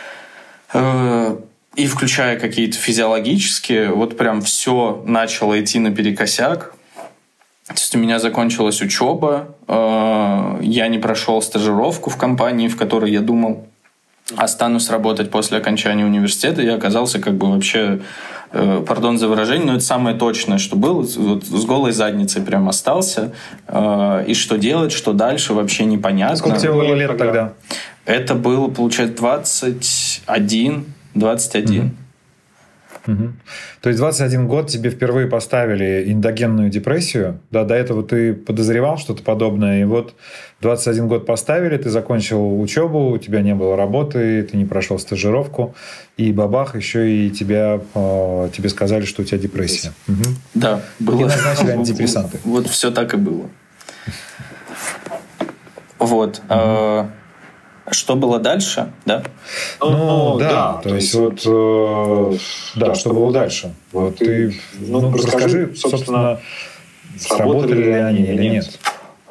и включая какие-то физиологические, прям все начало идти наперекосяк. То есть у меня закончилась учеба, я не прошел стажировку в компании, в которой я думал, останусь работать после окончания университета. Я оказался вообще, пардон за выражение, но это самое точное, что было. С голой задницей прям остался. И что делать, что дальше, вообще непонятно. Сколько тебе было лет тогда? Это было, получается, 21. Угу. То есть 21 год тебе впервые поставили эндогенную депрессию, да, до этого ты подозревал что-то подобное, и вот 21 год поставили, ты закончил учебу, у тебя не было работы, ты не прошел стажировку, и бабах, еще и тебе сказали, что у тебя депрессия. Угу. Да, было. И назначили антидепрессанты. Вот все так и было. Вот. Что было дальше, да? Да, то есть вот, да, что было дальше? Вот ты, расскажи, собственно, сработали ли они или нет?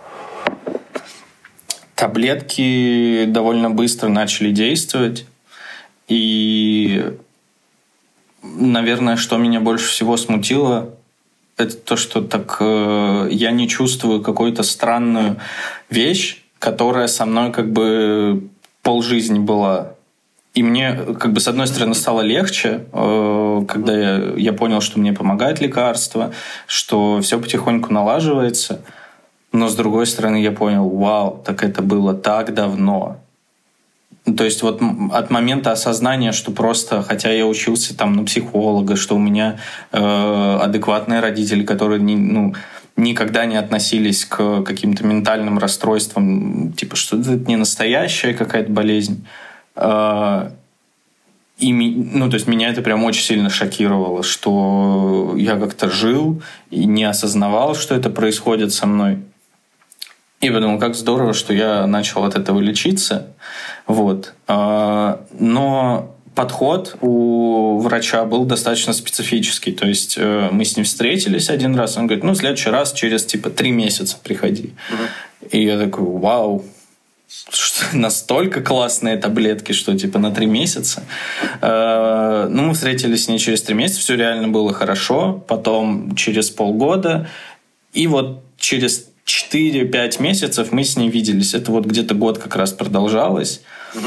Таблетки довольно быстро начали действовать, и, наверное, что меня больше всего смутило, это то, что так я не чувствую какую-то странную вещь, которая со мной как бы полжизни была. И мне, как бы, с одной стороны, стало легче, когда я понял, что мне помогает лекарство, что все потихоньку налаживается. Но, с другой стороны, я понял, вау, так это было так давно. То есть вот от момента осознания, что просто, хотя я учился там на психолога, что у меня адекватные родители, которые никогда не относились к каким-то ментальным расстройствам, типа, что это не настоящая какая-то болезнь. То есть меня это прям очень сильно шокировало, что я как-то жил и не осознавал, что это происходит со мной. И подумал, как здорово, что я начал от этого лечиться. Вот. Но подход у врача был достаточно специфический. То есть мы с ним встретились один раз, он говорит, в следующий раз через 3 месяца приходи. И я такой, вау, что, настолько классные таблетки, что на 3 месяца. Мы встретились с ней через 3 месяца, все реально было хорошо. Потом через полгода. И вот через 4-5 месяцев мы с ней виделись. Это вот где-то год как раз продолжалось.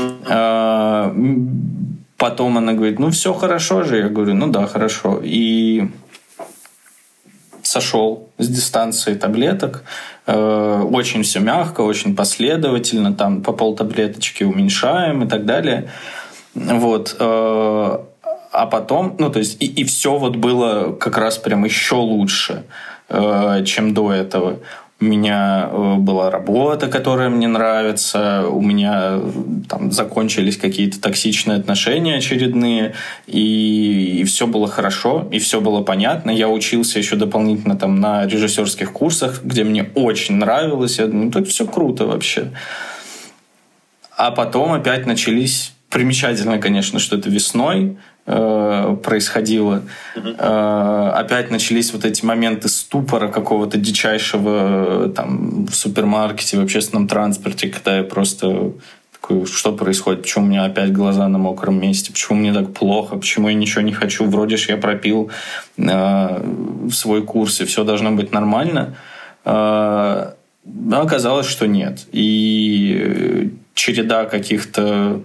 Потом она говорит, все хорошо же. Я говорю, да, хорошо. И сошел с дистанции таблеток. Очень все мягко, очень последовательно. Там по полтаблеточки уменьшаем и так далее. Вот. А потом, и все вот было как раз прям еще лучше, чем до этого. У меня была работа, которая мне нравится, у меня там закончились какие-то токсичные отношения очередные, и все было хорошо, и все было понятно. Я учился еще дополнительно там на режиссерских курсах, где мне очень нравилось. Я думаю, так все круто вообще. А потом опять начались... Примечательно, конечно, что это весной происходило. Опять начались вот эти моменты ступора какого-то дичайшего там, в супермаркете, в общественном транспорте, когда я просто такой, что происходит? Почему у меня опять глаза на мокром месте? Почему мне так плохо? Почему я ничего не хочу? Вроде же я пропил свой курс, и все должно быть нормально. Но оказалось, что нет. И череда каких-то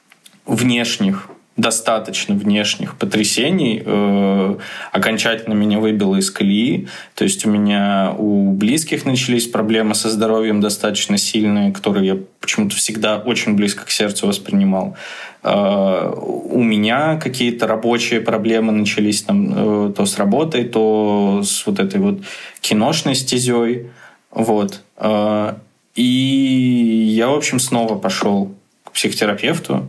достаточно внешних потрясений окончательно меня выбило из колеи. То есть у близких начались проблемы со здоровьем достаточно сильные, которые я почему-то всегда очень близко к сердцу воспринимал. У меня какие-то рабочие проблемы начались там, то с работой, то с вот этой вот киношной стезей. Вот. И я, в общем, снова пошел к психотерапевту.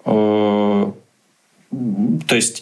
То есть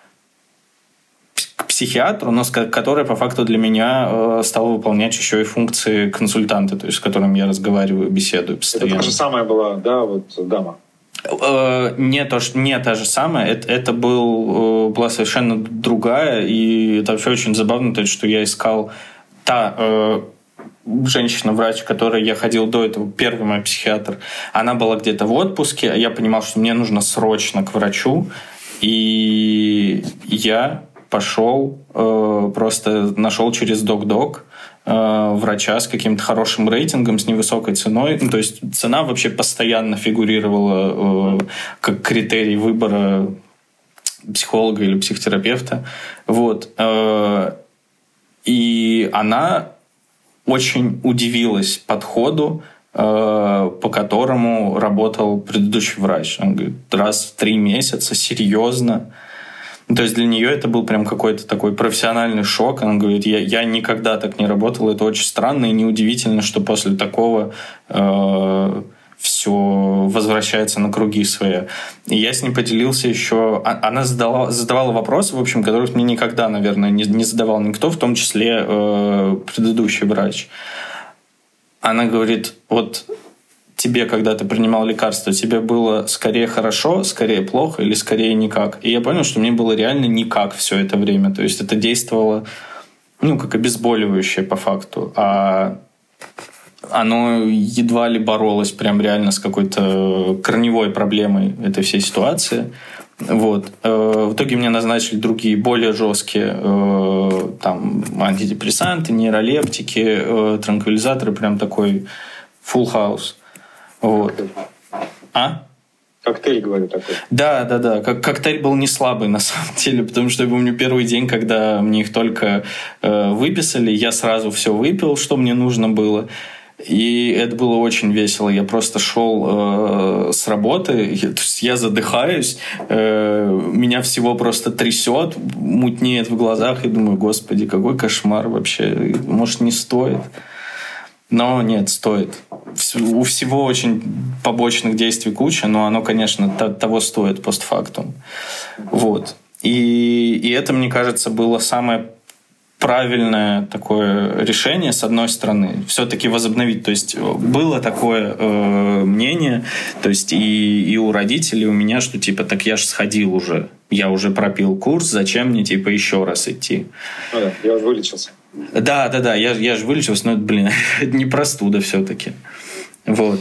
к психиатру, но который по факту для меня стал выполнять еще и функции консультанта, то есть с которым я разговариваю, беседую постоянно. Это та же самая была, да, вот дама? Не та же самая. Это была совершенно другая, и это вообще очень забавно, то есть, что я искал женщина-врач, к которой я ходил до этого, первый мой психиатр, она была где-то в отпуске, а я понимал, что мне нужно срочно к врачу, и я пошел, просто нашел через Док-Док врача с каким-то хорошим рейтингом, с невысокой ценой. То есть цена вообще постоянно фигурировала как критерий выбора психолога или психотерапевта. Вот. И она очень удивилась подходу, по которому работал предыдущий врач. Он говорит, раз в 3 месяца, серьезно. То есть для нее это был прям какой-то такой профессиональный шок. Она говорит, я никогда так не работала, это очень странно и неудивительно, что после такого все возвращается на круги свои. И я с ней поделился еще... Она задавала вопросы, в общем, которых мне никогда, наверное, не задавал никто, в том числе предыдущий врач. Она говорит, вот тебе, когда ты принимал лекарства, тебе было скорее хорошо, скорее плохо или скорее никак? И я понял, что мне было реально никак все это время. То есть это действовало, как обезболивающее по факту. А оно едва ли боролось прям реально с какой-то корневой проблемой этой всей ситуации. Вот. В итоге мне назначили другие, более жесткие там, антидепрессанты, нейролептики, транквилизаторы, прям такой full house. Вот. Коктейль, говорю, такой. Да. Коктейль был не слабый, на самом деле, потому что я помню первый день, когда мне их только выписали, я сразу все выпил, что мне нужно было. И это было очень весело. Я просто шел с работы, я задыхаюсь, меня всего просто трясет, мутнеет в глазах, и думаю, господи, какой кошмар вообще, может, не стоит? Но нет, стоит. У всего очень побочных действий куча, но оно, конечно, того стоит постфактум. Вот. И это, мне кажется, было самое правильное такое решение, с одной стороны, все-таки возобновить. То есть было такое мнение, то есть и у родителей, и у меня, что типа, так я же сходил уже, я уже пропил курс, зачем мне типа еще раз идти? Я уже вылечился. Да, я же вылечился, но, это не простуда все-таки. Вот.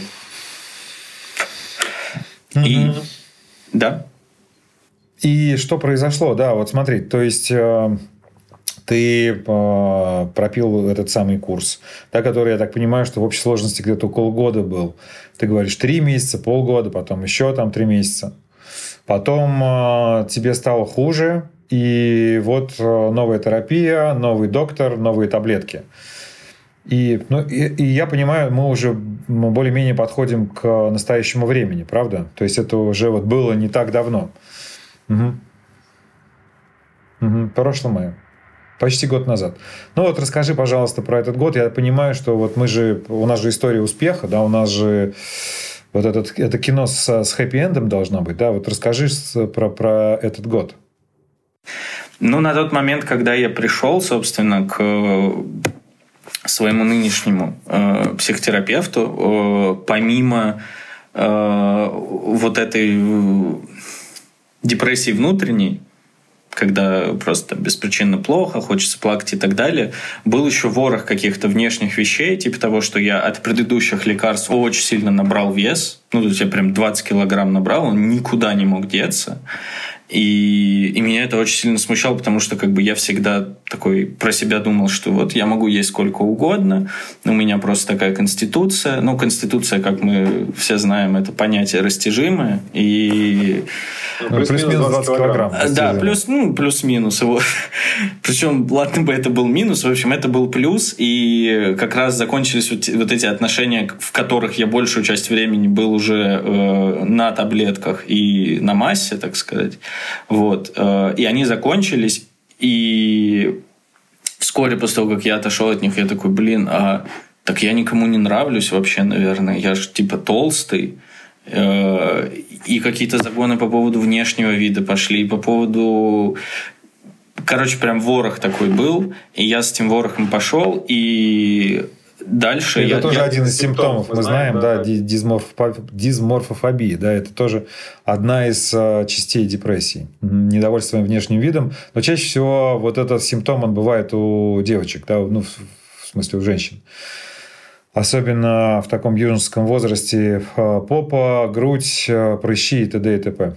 И, да. И что произошло? Да, вот смотри, то есть ты пропил этот самый курс, да, который, я так понимаю, что в общей сложности где-то около года был. Ты говоришь 3 месяца, полгода, потом еще там 3 месяца. Потом тебе стало хуже, и вот новая терапия, новый доктор, новые таблетки. И я понимаю, мы уже более-менее подходим к настоящему времени, правда? То есть это уже вот было не так давно. Прошлом мае. Почти год назад. Ну вот расскажи, пожалуйста, про этот год. Я понимаю, что вот у нас же история успеха, да, у нас же вот это кино с хэппи-эндом должно быть, да? Вот расскажи про этот год. На тот момент, когда я пришел, собственно, к своему нынешнему психотерапевту, помимо вот этой депрессии внутренней, когда просто беспричинно плохо, хочется плакать и так далее, был еще ворох каких-то внешних вещей, типа того, что я от предыдущих лекарств очень сильно набрал вес. То есть я прям 20 килограмм набрал, он никуда не мог деться. И меня это очень сильно смущало, потому что я всегда такой про себя думал, что вот я могу есть сколько угодно, у меня просто такая конституция. Конституция, как мы все знаем, это понятие растяжимое. И плюс-минус 20 килограмм. Да, плюс-минус. Причем, ладно бы это был минус, в общем, это был плюс. И как раз закончились вот эти отношения, в которых я большую часть времени был уже на таблетках и на массе, так сказать. Вот. И они закончились, и вскоре после того, как я отошел от них, я такой, так я никому не нравлюсь вообще, наверное. Я же типа толстый. И какие-то загоны по поводу внешнего вида пошли, по поводу... Короче, прям ворох такой был. И я с этим ворохом пошел, и... Дальше это тоже один из симптомов, мы знаем, да, дисморфофобии, да, это тоже одна из частей депрессии, недовольство внешним видом, но чаще всего вот этот симптом, он бывает у девочек, да, в смысле у женщин, особенно в таком юношеском возрасте, попа, грудь, прыщи и т.д. и т.п.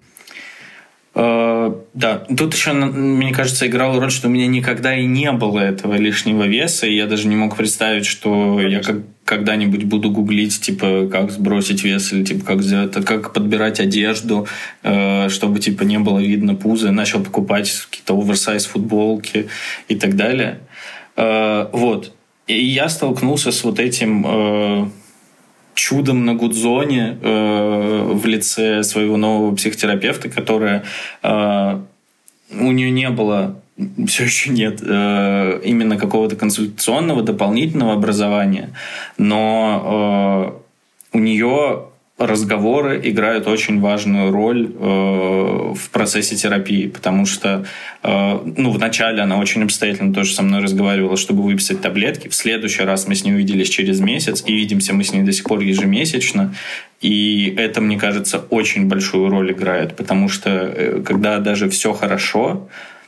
Да, тут еще, мне кажется, играла роль, что у меня никогда и не было этого лишнего веса, и я даже не мог представить, что я когда-нибудь буду гуглить, типа, как сбросить вес, или типа, как подбирать одежду, чтобы типа не было видно пуза. Я начал покупать какие-то оверсайз футболки и так далее. Вот. И я столкнулся с вот этим чудом на Гудзоне в лице своего нового психотерапевта, которая у нее не было, все еще нет, именно какого-то консультационного дополнительного образования, но у нее разговоры играют очень важную роль в процессе терапии, потому что вначале она очень обстоятельно тоже со мной разговаривала, чтобы выписать таблетки. В следующий раз мы с ней увиделись через месяц, и видимся мы с ней до сих пор ежемесячно. И это, мне кажется, очень большую роль играет, потому что когда даже все хорошо,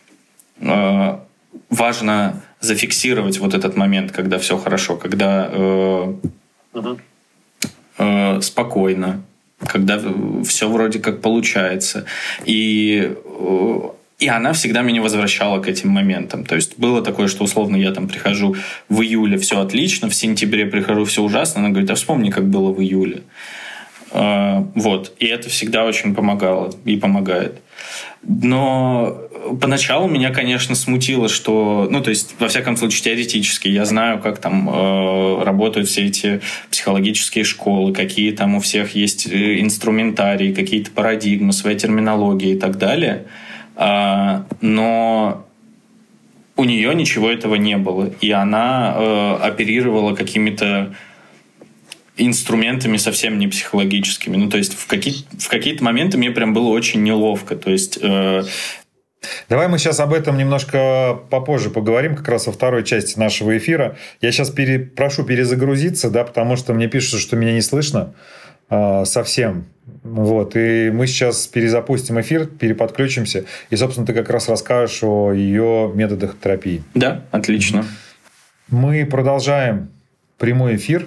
важно зафиксировать вот этот момент, когда все хорошо, когда спокойно, когда все вроде как получается. И она всегда меня возвращала к этим моментам. То есть было такое, что условно я там прихожу в июле, все отлично, в сентябре прихожу, все ужасно. Она говорит, а вспомни, как было в июле. Вот. И это всегда очень помогало и помогает. Но поначалу меня, конечно, смутило, что... то есть, во всяком случае, теоретически я знаю, как там работают все эти психологические школы, какие там у всех есть инструментарии, какие-то парадигмы, своя терминология и так далее. Но у нее ничего этого не было. И она оперировала какими-то инструментами совсем не психологическими. То есть в какие-то моменты мне прям было очень неловко. То есть... Давай мы сейчас об этом немножко попозже поговорим, как раз во второй части нашего эфира. Я сейчас прошу перезагрузиться, да, потому что мне пишут, что меня не слышно совсем. Вот. И мы сейчас перезапустим эфир, переподключимся. И, собственно, ты как раз расскажешь о ее методах терапии. Да, отлично. Мы продолжаем прямой эфир.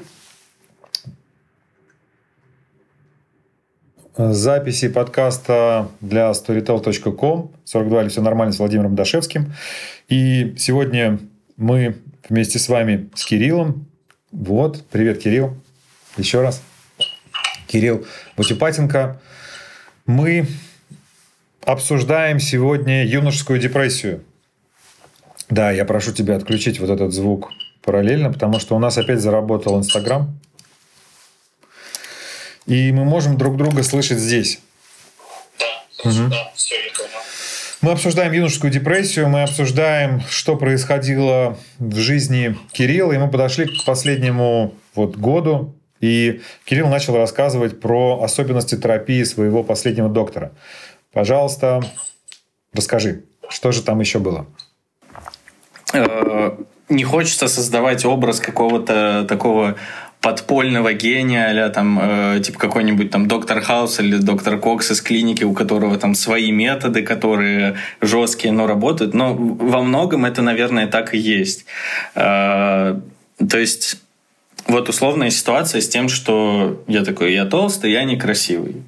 Записи подкаста для storytel.com 42 или все нормально с Владимиром Дашевским. И сегодня мы вместе с вами с Кириллом. Вот, привет, Кирилл. Еще раз. Кирилл Бутипатенко. Мы обсуждаем сегодня юношескую депрессию. Да, я прошу тебя отключить вот этот звук параллельно, потому что у нас опять заработал Инстаграм. И мы можем друг друга слышать здесь. Да, да, все, я понял. Мы обсуждаем юношескую депрессию, мы обсуждаем, что происходило в жизни Кирилла, и мы подошли к последнему году, и Кирилл начал рассказывать про особенности терапии своего последнего доктора. Пожалуйста, расскажи, что же там еще было? Не хочется создавать образ какого-то такого подпольного гения, а-ля там типа какой-нибудь там доктор Хаус или доктор Кокс из клиники, у которого там свои методы, которые жесткие, но работают. Но во многом это, наверное, так и есть. То есть вот условная ситуация с тем, что я такой, я толстый, я некрасивый.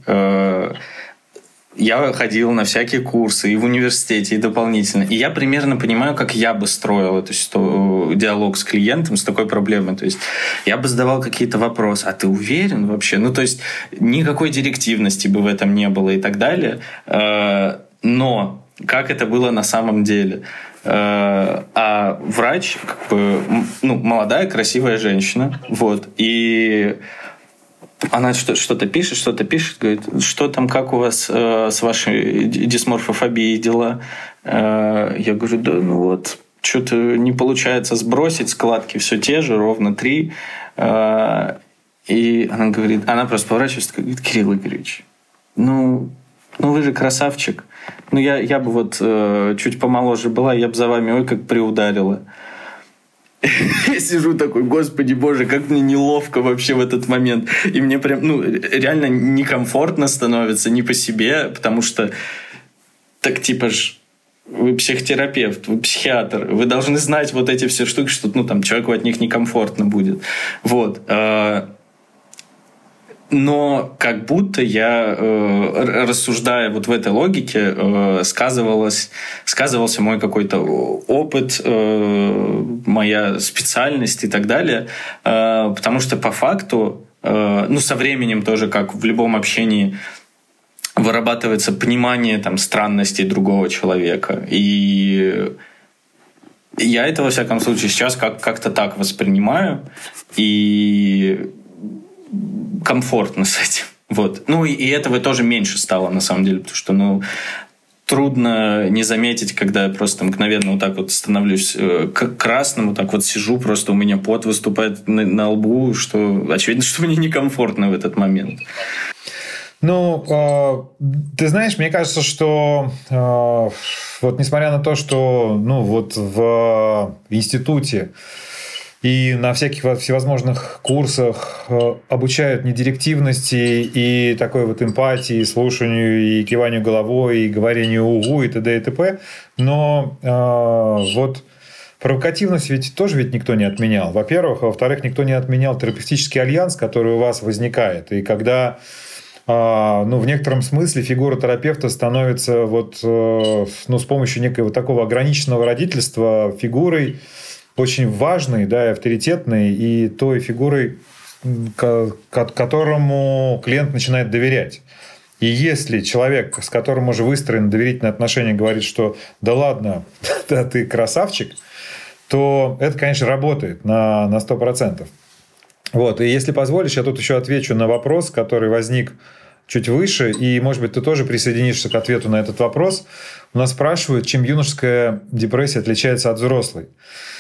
Я ходил на всякие курсы и в университете, и дополнительно. И я примерно понимаю, как я бы строил диалог с клиентом с такой проблемой. То есть я бы задавал какие-то вопросы. А ты уверен вообще? То есть никакой директивности бы в этом не было и так далее. Но как это было на самом деле? А врач, молодая, красивая женщина. Вот. И она что-то пишет, говорит, что там, как у вас с вашей дисморфофобией дела? Я говорю, да, что-то не получается сбросить, складки все те же, ровно 3. И она говорит, она просто поворачивается и говорит, Кирилл Игоревич, вы же красавчик. Я бы чуть помоложе была, я бы за вами как приударила. Я сижу такой, господи боже, как мне неловко вообще в этот момент. И мне прям, реально некомфортно становится, не по себе, потому что так типа ж вы психотерапевт, вы психиатр, вы должны знать вот эти все штуки, что человеку от них некомфортно будет. Вот. Но как будто я, рассуждая в этой логике, сказывался мой какой-то опыт, моя специальность и так далее. Потому что по факту, со временем тоже, как в любом общении, вырабатывается понимание странностей другого человека. И я это, во всяком случае, сейчас как-то так воспринимаю. И комфортно с этим. Вот. И этого тоже меньше стало, на самом деле, потому что, трудно не заметить, когда я просто мгновенно вот так вот становлюсь красным, вот так вот сижу, просто у меня пот выступает на лбу, что очевидно, что мне некомфортно в этот момент. Ну, ты знаешь, мне кажется, что вот несмотря на то, что вот в институте и на всяких всевозможных курсах обучают не директивности и такой вот эмпатии, слушанию и киванию головой, и говорению «угу» и т.д. и т.п. Но вот провокативность тоже никто не отменял. Во-первых. Во-вторых, никто не отменял терапевтический альянс, который у вас возникает. И когда в некотором смысле фигура терапевта становится с помощью некого такого ограниченного родительства фигурой очень важной, да, и авторитетной, и той фигурой, которому клиент начинает доверять. И если человек, с которым уже выстроены доверительные отношения, говорит, что да ладно, да ты красавчик, то это, конечно, работает на 100%. Вот. И если позволишь, я тут еще отвечу на вопрос, который возник чуть выше, и, может быть, ты тоже присоединишься к ответу на этот вопрос. У нас спрашивают, чем юношеская депрессия отличается от взрослой.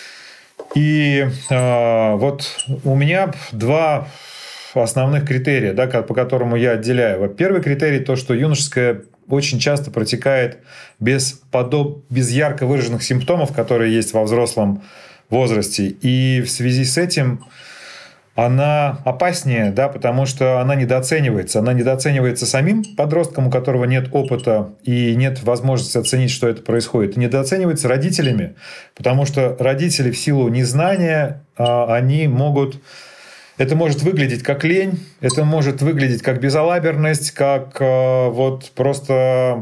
И вот у меня два основных критерия, да, по которому я отделяю. Первый критерий – то, что юношеская очень часто протекает без ярко выраженных симптомов, которые есть во взрослом возрасте. И в связи с этим она опаснее, да, потому что она недооценивается. Она недооценивается самим подростком, у которого нет опыта и нет возможности оценить, что это происходит. И недооценивается родителями, потому что родители в силу незнания, они могут... Это может выглядеть как лень, это может выглядеть как безалаберность, как просто...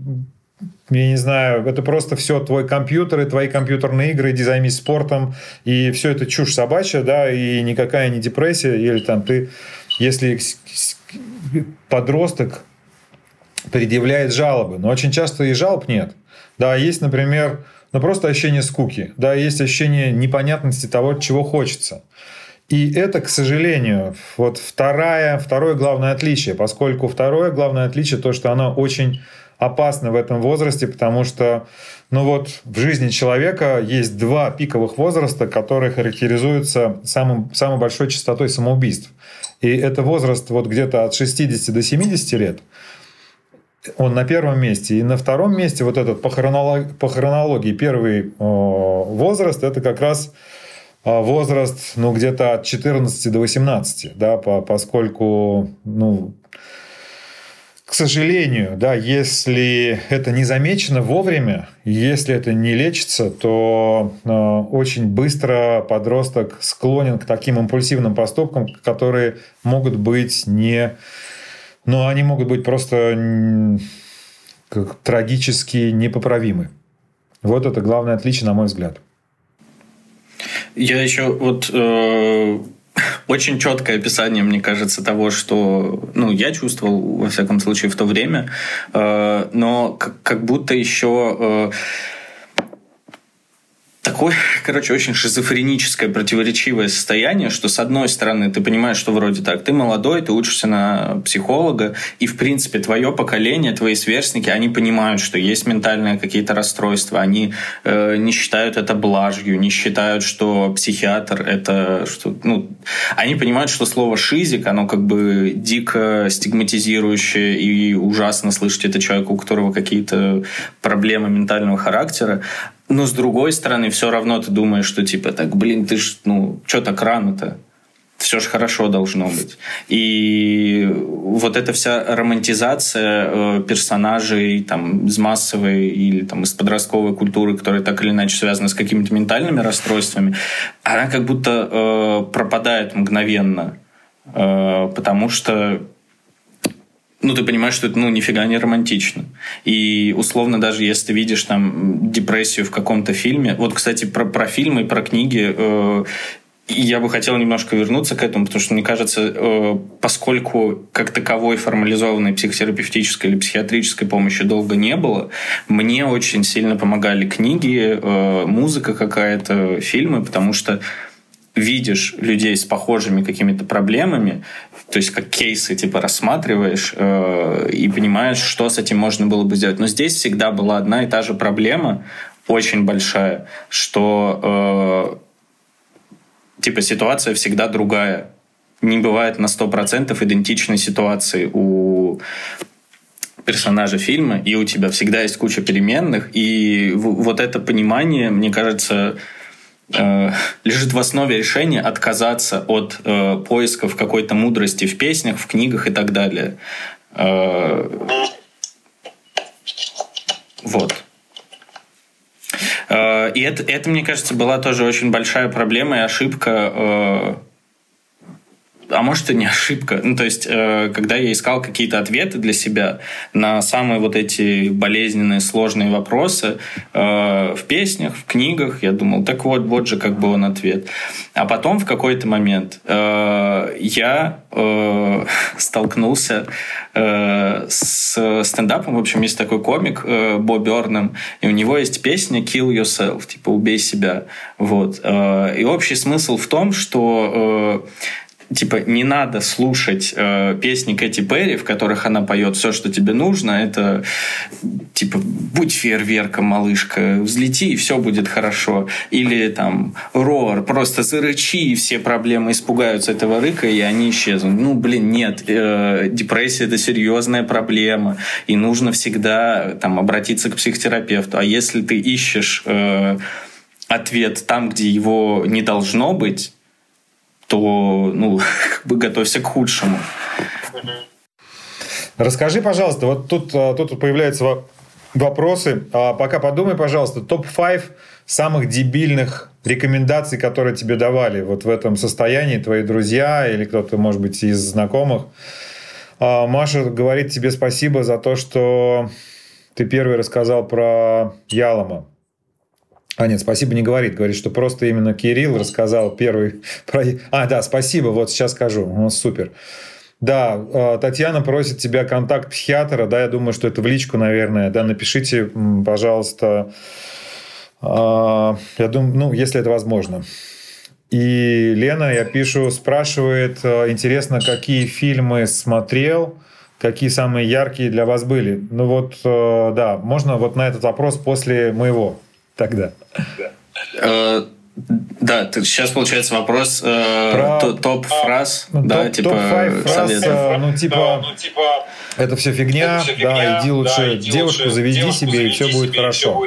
Я не знаю, это просто все твой компьютер и твои компьютерные игры, иди займись спортом, и все это чушь собачья, да, и никакая не депрессия, или там если подросток предъявляет жалобы, но очень часто и жалоб нет. Да, есть, например, просто ощущение скуки, да, есть ощущение непонятности того, чего хочется. И это, к сожалению, второе главное отличие, поскольку второе главное отличие то, что оно очень опасно в этом возрасте, потому что в жизни человека есть два пиковых возраста, которые характеризуются самой большой частотой самоубийств. И это возраст где-то от 60 до 70 лет. Он на первом месте. И на втором месте этот по хронологии первый возраст – это как раз возраст где-то от 14 до 18, да, поскольку к сожалению, да, если это не замечено вовремя, если это не лечится, то очень быстро подросток склонен к таким импульсивным поступкам, которые могут быть они могут быть просто трагически непоправимы. Вот это главное отличие, на мой взгляд. Я еще очень четкое описание, мне кажется, того, что я чувствовал, во всяком случае, в то время, но как будто еще такое, очень шизофреническое, противоречивое состояние, что, с одной стороны, ты понимаешь, что вроде так, ты молодой, ты учишься на психолога, и, в принципе, твое поколение, твои сверстники, они понимают, что есть ментальные какие-то расстройства, они не считают это блажью, не считают, что психиатр — это... они понимают, что слово «шизик», оно дико стигматизирующее, и ужасно слышать это человеку, у которого какие-то проблемы ментального характера. Но, с другой стороны, все равно ты думаешь, что ты ж, что так рано-то? Все же хорошо должно быть. И эта вся романтизация персонажей из массовой или из подростковой культуры, которая так или иначе связана с какими-то ментальными расстройствами, она как будто пропадает мгновенно. Потому что ты понимаешь, что это нифига не романтично. И условно, даже если ты видишь депрессию в каком-то фильме... Кстати, про фильмы и про книги я бы хотел немножко вернуться к этому, потому что, мне кажется, поскольку как таковой формализованной психотерапевтической или психиатрической помощи долго не было, мне очень сильно помогали книги, музыка какая-то, фильмы, потому что видишь людей с похожими какими-то проблемами, то есть как кейсы типа рассматриваешь и понимаешь, что с этим можно было бы сделать. Но здесь всегда была одна и та же проблема, очень большая, что типа ситуация всегда другая. Не бывает на 100% идентичной ситуации у персонажа фильма, и у тебя всегда есть куча переменных, и вот это понимание, мне кажется, лежит в основе решения отказаться от поисков какой-то мудрости в песнях, в книгах и так далее. Вот. И это, мне кажется, была тоже очень большая проблема и ошибка, а может и не ошибка. Ну, то есть, когда я искал какие-то ответы для себя на самые вот эти болезненные, сложные вопросы в песнях, в книгах, я думал, так вот же как бы он ответ. А потом в какой-то момент я столкнулся с стендапом. В общем, есть такой комик Бо Бёрнам, и у него есть песня «Kill yourself», типа «убей себя». Вот. И общий смысл в том, что типа не надо слушать песни Кэти Перри, в которых она поет все, что тебе нужно. Это типа будь фейерверком, малышка, взлети, и все будет хорошо. Или там Roar, просто зарычи, и все проблемы испугаются этого рыка, и они исчезнут. Ну, блин, нет. Депрессия — это серьезная проблема, и нужно всегда там обратиться к психотерапевту. А если ты ищешь ответ там, где его не должно быть, то, ну, как бы готовься к худшему. Расскажи, пожалуйста, вот тут появляются вопросы. Пока подумай, пожалуйста, топ-5 самых дебильных рекомендаций, которые тебе давали вот в этом состоянии твои друзья или кто-то, может быть, из знакомых. Маша говорит тебе спасибо за то, что ты первый рассказал про Ялома. Нет, спасибо не говорит. Говорит, что просто именно Кирилл рассказал первый про... да, спасибо, вот сейчас скажу. Супер. Да, Татьяна просит тебя контакт психиатра. Да, я думаю, что это в личку, наверное. Да, напишите, пожалуйста. Я думаю, если это возможно. И Лена, я пишу, спрашивает, интересно, какие фильмы смотрел, какие самые яркие для вас были. Ну вот, да, можно вот на этот вопрос после моего. Тогда. Да, сейчас получается вопрос топ-фраз, да, типа советов. Ну, типа, это все фигня, да, иди лучше девушку заведи себе, и все будет хорошо.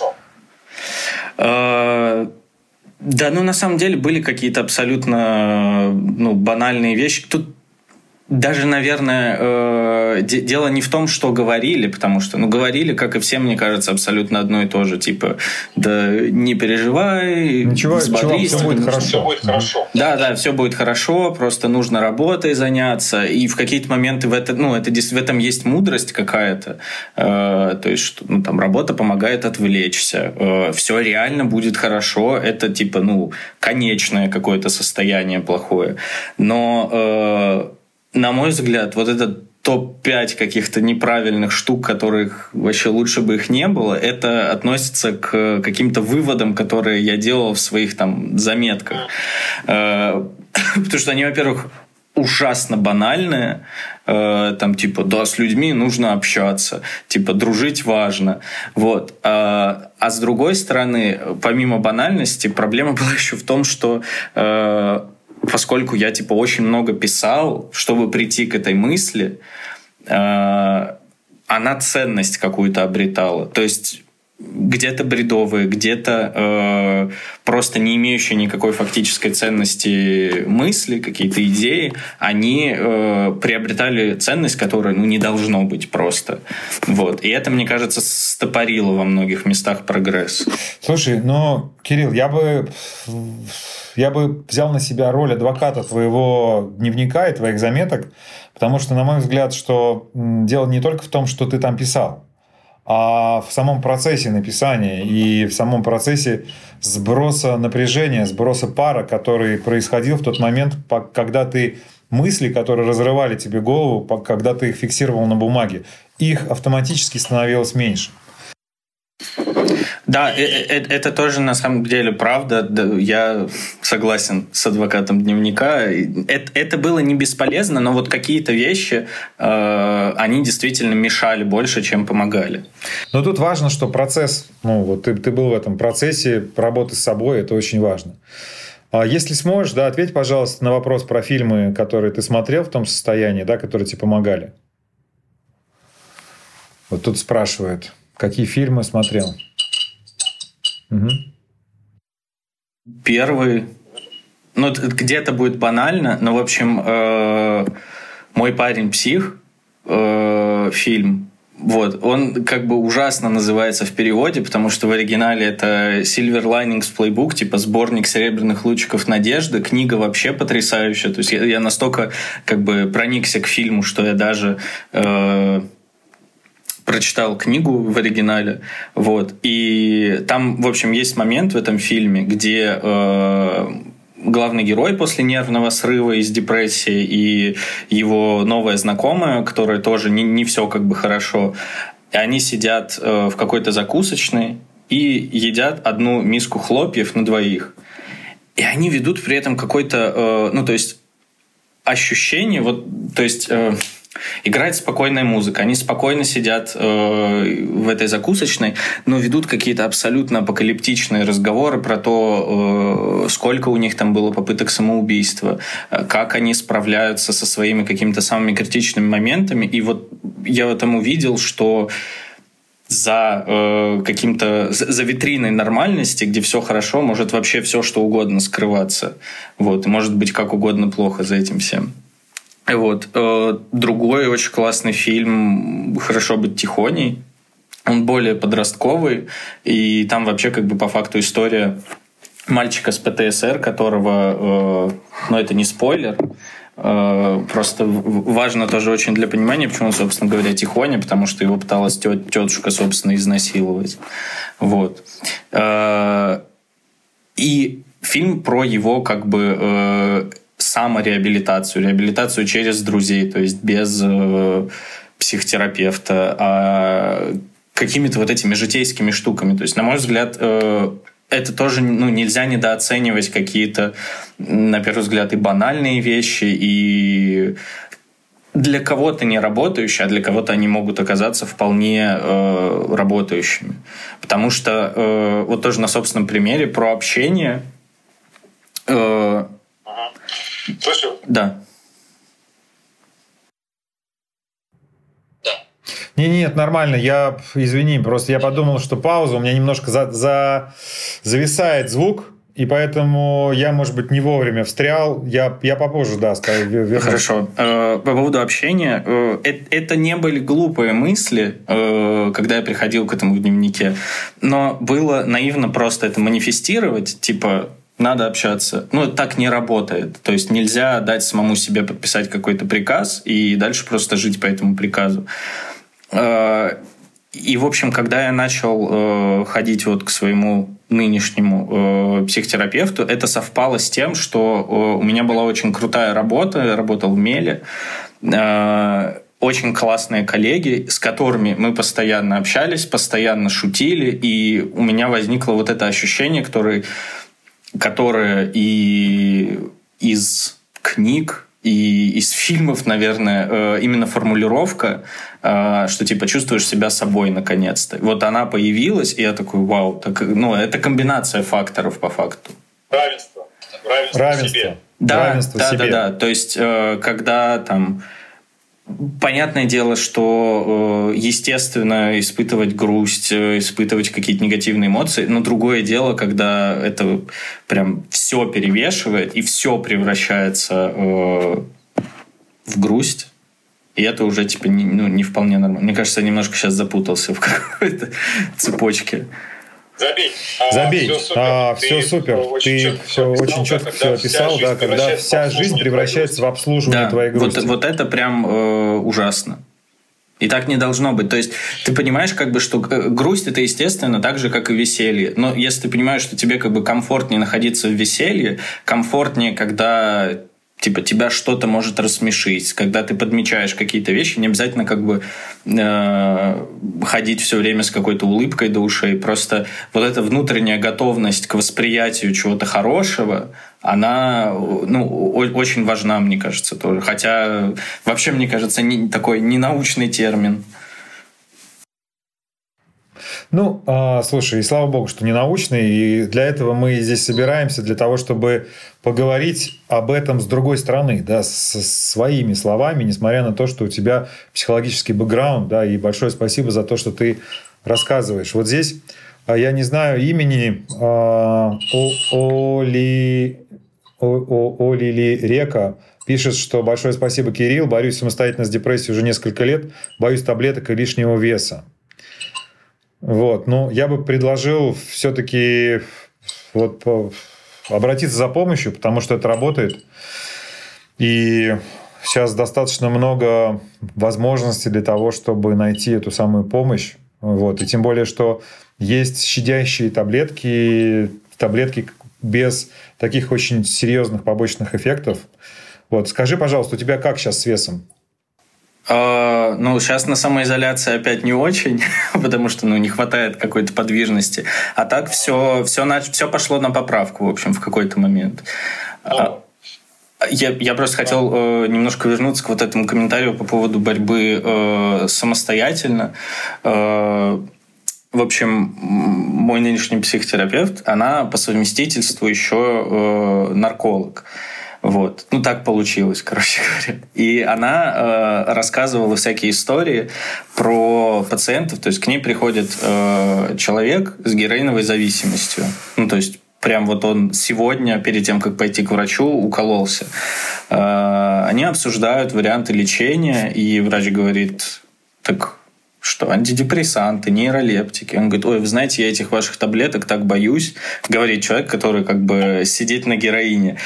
Да, ну, на самом деле, были какие-то абсолютно банальные вещи. Тут даже, наверное, дело не в том, что говорили, потому что, говорили, как и все, мне кажется, абсолютно одно и то же. Типа, да не переживай, взбодрись. Все будет хорошо. Да, все будет хорошо, просто нужно работой заняться. И в какие-то моменты в этом есть мудрость какая-то. То есть, что там работа помогает отвлечься. Все реально будет хорошо. Это, типа, конечное какое-то состояние плохое. Но... на мой взгляд, вот этот топ-5 каких-то неправильных штук, которых вообще лучше бы их не было, это относится к каким-то выводам, которые я делал в своих там заметках. Потому что они, во-первых, ужасно банальные. Там типа, да, с людьми нужно общаться, типа, дружить важно. Вот. А с другой стороны, помимо банальности, проблема была еще в том, что поскольку я типа очень много писал, чтобы прийти к этой мысли, она ценность какую-то обретала. То есть где-то бредовые, где-то просто не имеющие никакой фактической ценности мысли, какие-то идеи, они приобретали ценность, которая не должно быть просто. Вот. И это, мне кажется, стопорило во многих местах прогресс. Слушай, Кирилл, я бы взял на себя роль адвоката твоего дневника и твоих заметок, потому что, на мой взгляд, что дело не только в том, что ты там писал, а в самом процессе написания и в самом процессе сброса напряжения, сброса пара, который происходил в тот момент, когда ты мысли, которые разрывали тебе голову, когда ты их фиксировал на бумаге, их автоматически становилось меньше. Да, это тоже на самом деле правда. Я согласен с адвокатом дневника. Это было не бесполезно, но вот какие-то вещи, они действительно мешали больше, чем помогали. Но тут важно, что процесс, вот ты был в этом процессе работы с собой, это очень важно. Если сможешь, да, ответь, пожалуйста, на вопрос про фильмы, которые ты смотрел в том состоянии, да, которые тебе помогали. Вот тут спрашивают, какие фильмы смотрел. Угу. Первый, где-то будет банально, но, в общем, «Мой парень псих», фильм, вот, он как бы ужасно называется в переводе, потому что в оригинале это Silver Linings Playbook, типа сборник серебряных лучиков надежды. Книга вообще потрясающая. То есть я настолько как бы проникся к фильму, что я даже прочитал книгу в оригинале. Вот. И там, в общем, есть момент в этом фильме, где главный герой после нервного срыва из депрессии и его новая знакомая, которая тоже не все как бы хорошо, и они сидят в какой-то закусочной и едят одну миску хлопьев на двоих. И они ведут при этом какой-то, то есть ощущение, играет спокойная музыка. Они спокойно сидят в этой закусочной, но ведут какие-то абсолютно апокалиптичные разговоры про то, сколько у них там было попыток самоубийства, как они справляются со своими какими-то самыми критичными моментами. И вот я в этом увидел, что за витриной нормальности, где все хорошо, может вообще все что угодно скрываться. Вот. И может быть как угодно плохо за этим всем. Вот. Другой очень классный фильм «Хорошо быть тихоней». Он более подростковый, и там вообще как бы по факту история мальчика с ПТСР, которого, это не спойлер, просто важно тоже очень для понимания, почему он, собственно говоря, тихоня, потому что его пыталась тетушка, собственно, изнасиловать. Вот. И фильм про его как бы самореабилитацию, реабилитацию через друзей, то есть без психотерапевта, а какими-то вот этими житейскими штуками. То есть, на мой взгляд, это тоже нельзя недооценивать какие-то, на первый взгляд, и банальные вещи, и для кого-то не работающие, а для кого-то они могут оказаться вполне работающими. Потому что вот тоже на собственном примере про общение. Слышу? Да. Нет, нормально. Извини, просто я подумал, что пауза, у меня немножко зависает звук, и поэтому я, может быть, не вовремя встрял. Я попозже, да, вернусь. Хорошо. По поводу общения. Это не были глупые мысли, когда я приходил к этому в дневнике, но было наивно просто это манифестировать, типа... Надо общаться. Так не работает. То есть нельзя дать самому себе подписать какой-то приказ и дальше просто жить по этому приказу. И, в общем, когда я начал ходить вот к своему нынешнему психотерапевту, это совпало с тем, что у меня была очень крутая работа, я работал в МЕЛе, очень классные коллеги, с которыми мы постоянно общались, постоянно шутили, и у меня возникло вот это ощущение, которое и из книг, и из фильмов, наверное, именно формулировка, что типа чувствуешь себя собой наконец-то. Вот она появилась, и я такой, вау, это комбинация факторов по факту. Равенство в себе. Да. То есть, когда там... Понятное дело, что, естественно, испытывать грусть, испытывать какие-то негативные эмоции, но другое дело, когда это прям все перевешивает и все превращается в грусть, и это уже типа не вполне нормально. Мне кажется, я немножко сейчас запутался в какой-то цепочке. Забей. Все супер. Ты очень четко все описал, да, когда вся жизнь превращается в обслуживание твоей грусти. Вот это прям ужасно. И так не должно быть. То есть ты понимаешь, как бы, что грусть — это естественно так же, как и веселье. Но если ты понимаешь, что тебе как бы комфортнее находиться в веселье, комфортнее, когда Типа тебя что-то может рассмешить. Когда ты подмечаешь какие-то вещи, не обязательно как бы ходить все время с какой-то улыбкой до ушей. Просто вот эта внутренняя готовность к восприятию чего-то хорошего, она очень важна, мне кажется, тоже. Хотя вообще, мне кажется, такой ненаучный термин. Слушай, и слава богу, что не научный, и для этого мы здесь собираемся, для того, чтобы поговорить об этом с другой стороны, да, со своими словами, несмотря на то, что у тебя психологический бэкграунд, да, и большое спасибо за то, что ты рассказываешь. Вот здесь, я не знаю имени, Олили Река пишет, что большое спасибо, Кирилл, борюсь самостоятельно с депрессией уже несколько лет, боюсь таблеток и лишнего веса. Вот, я бы предложил все-таки обратиться за помощью, потому что это работает. И сейчас достаточно много возможностей для того, чтобы найти эту самую помощь. Вот. И тем более, что есть щадящие таблетки без таких очень серьезных побочных эффектов. Вот. Скажи, пожалуйста, у тебя как сейчас с весом? Сейчас на самоизоляции опять не очень, потому что не хватает какой-то подвижности. А так все пошло на поправку, в общем, в какой-то момент. Я просто хотел немножко вернуться к вот этому комментарию по поводу борьбы самостоятельно. В общем, мой нынешний психотерапевт, она по совместительству еще нарколог. Вот. Так получилось, короче говоря. И она рассказывала всякие истории про пациентов. То есть к ней приходит человек с героиновой зависимостью. То есть прям вот он сегодня, перед тем, как пойти к врачу, укололся. Они обсуждают варианты лечения, и врач говорит: так что, антидепрессанты, нейролептики. Он говорит: ой, вы знаете, я этих ваших таблеток так боюсь, говорит человек, который как бы сидит на героине.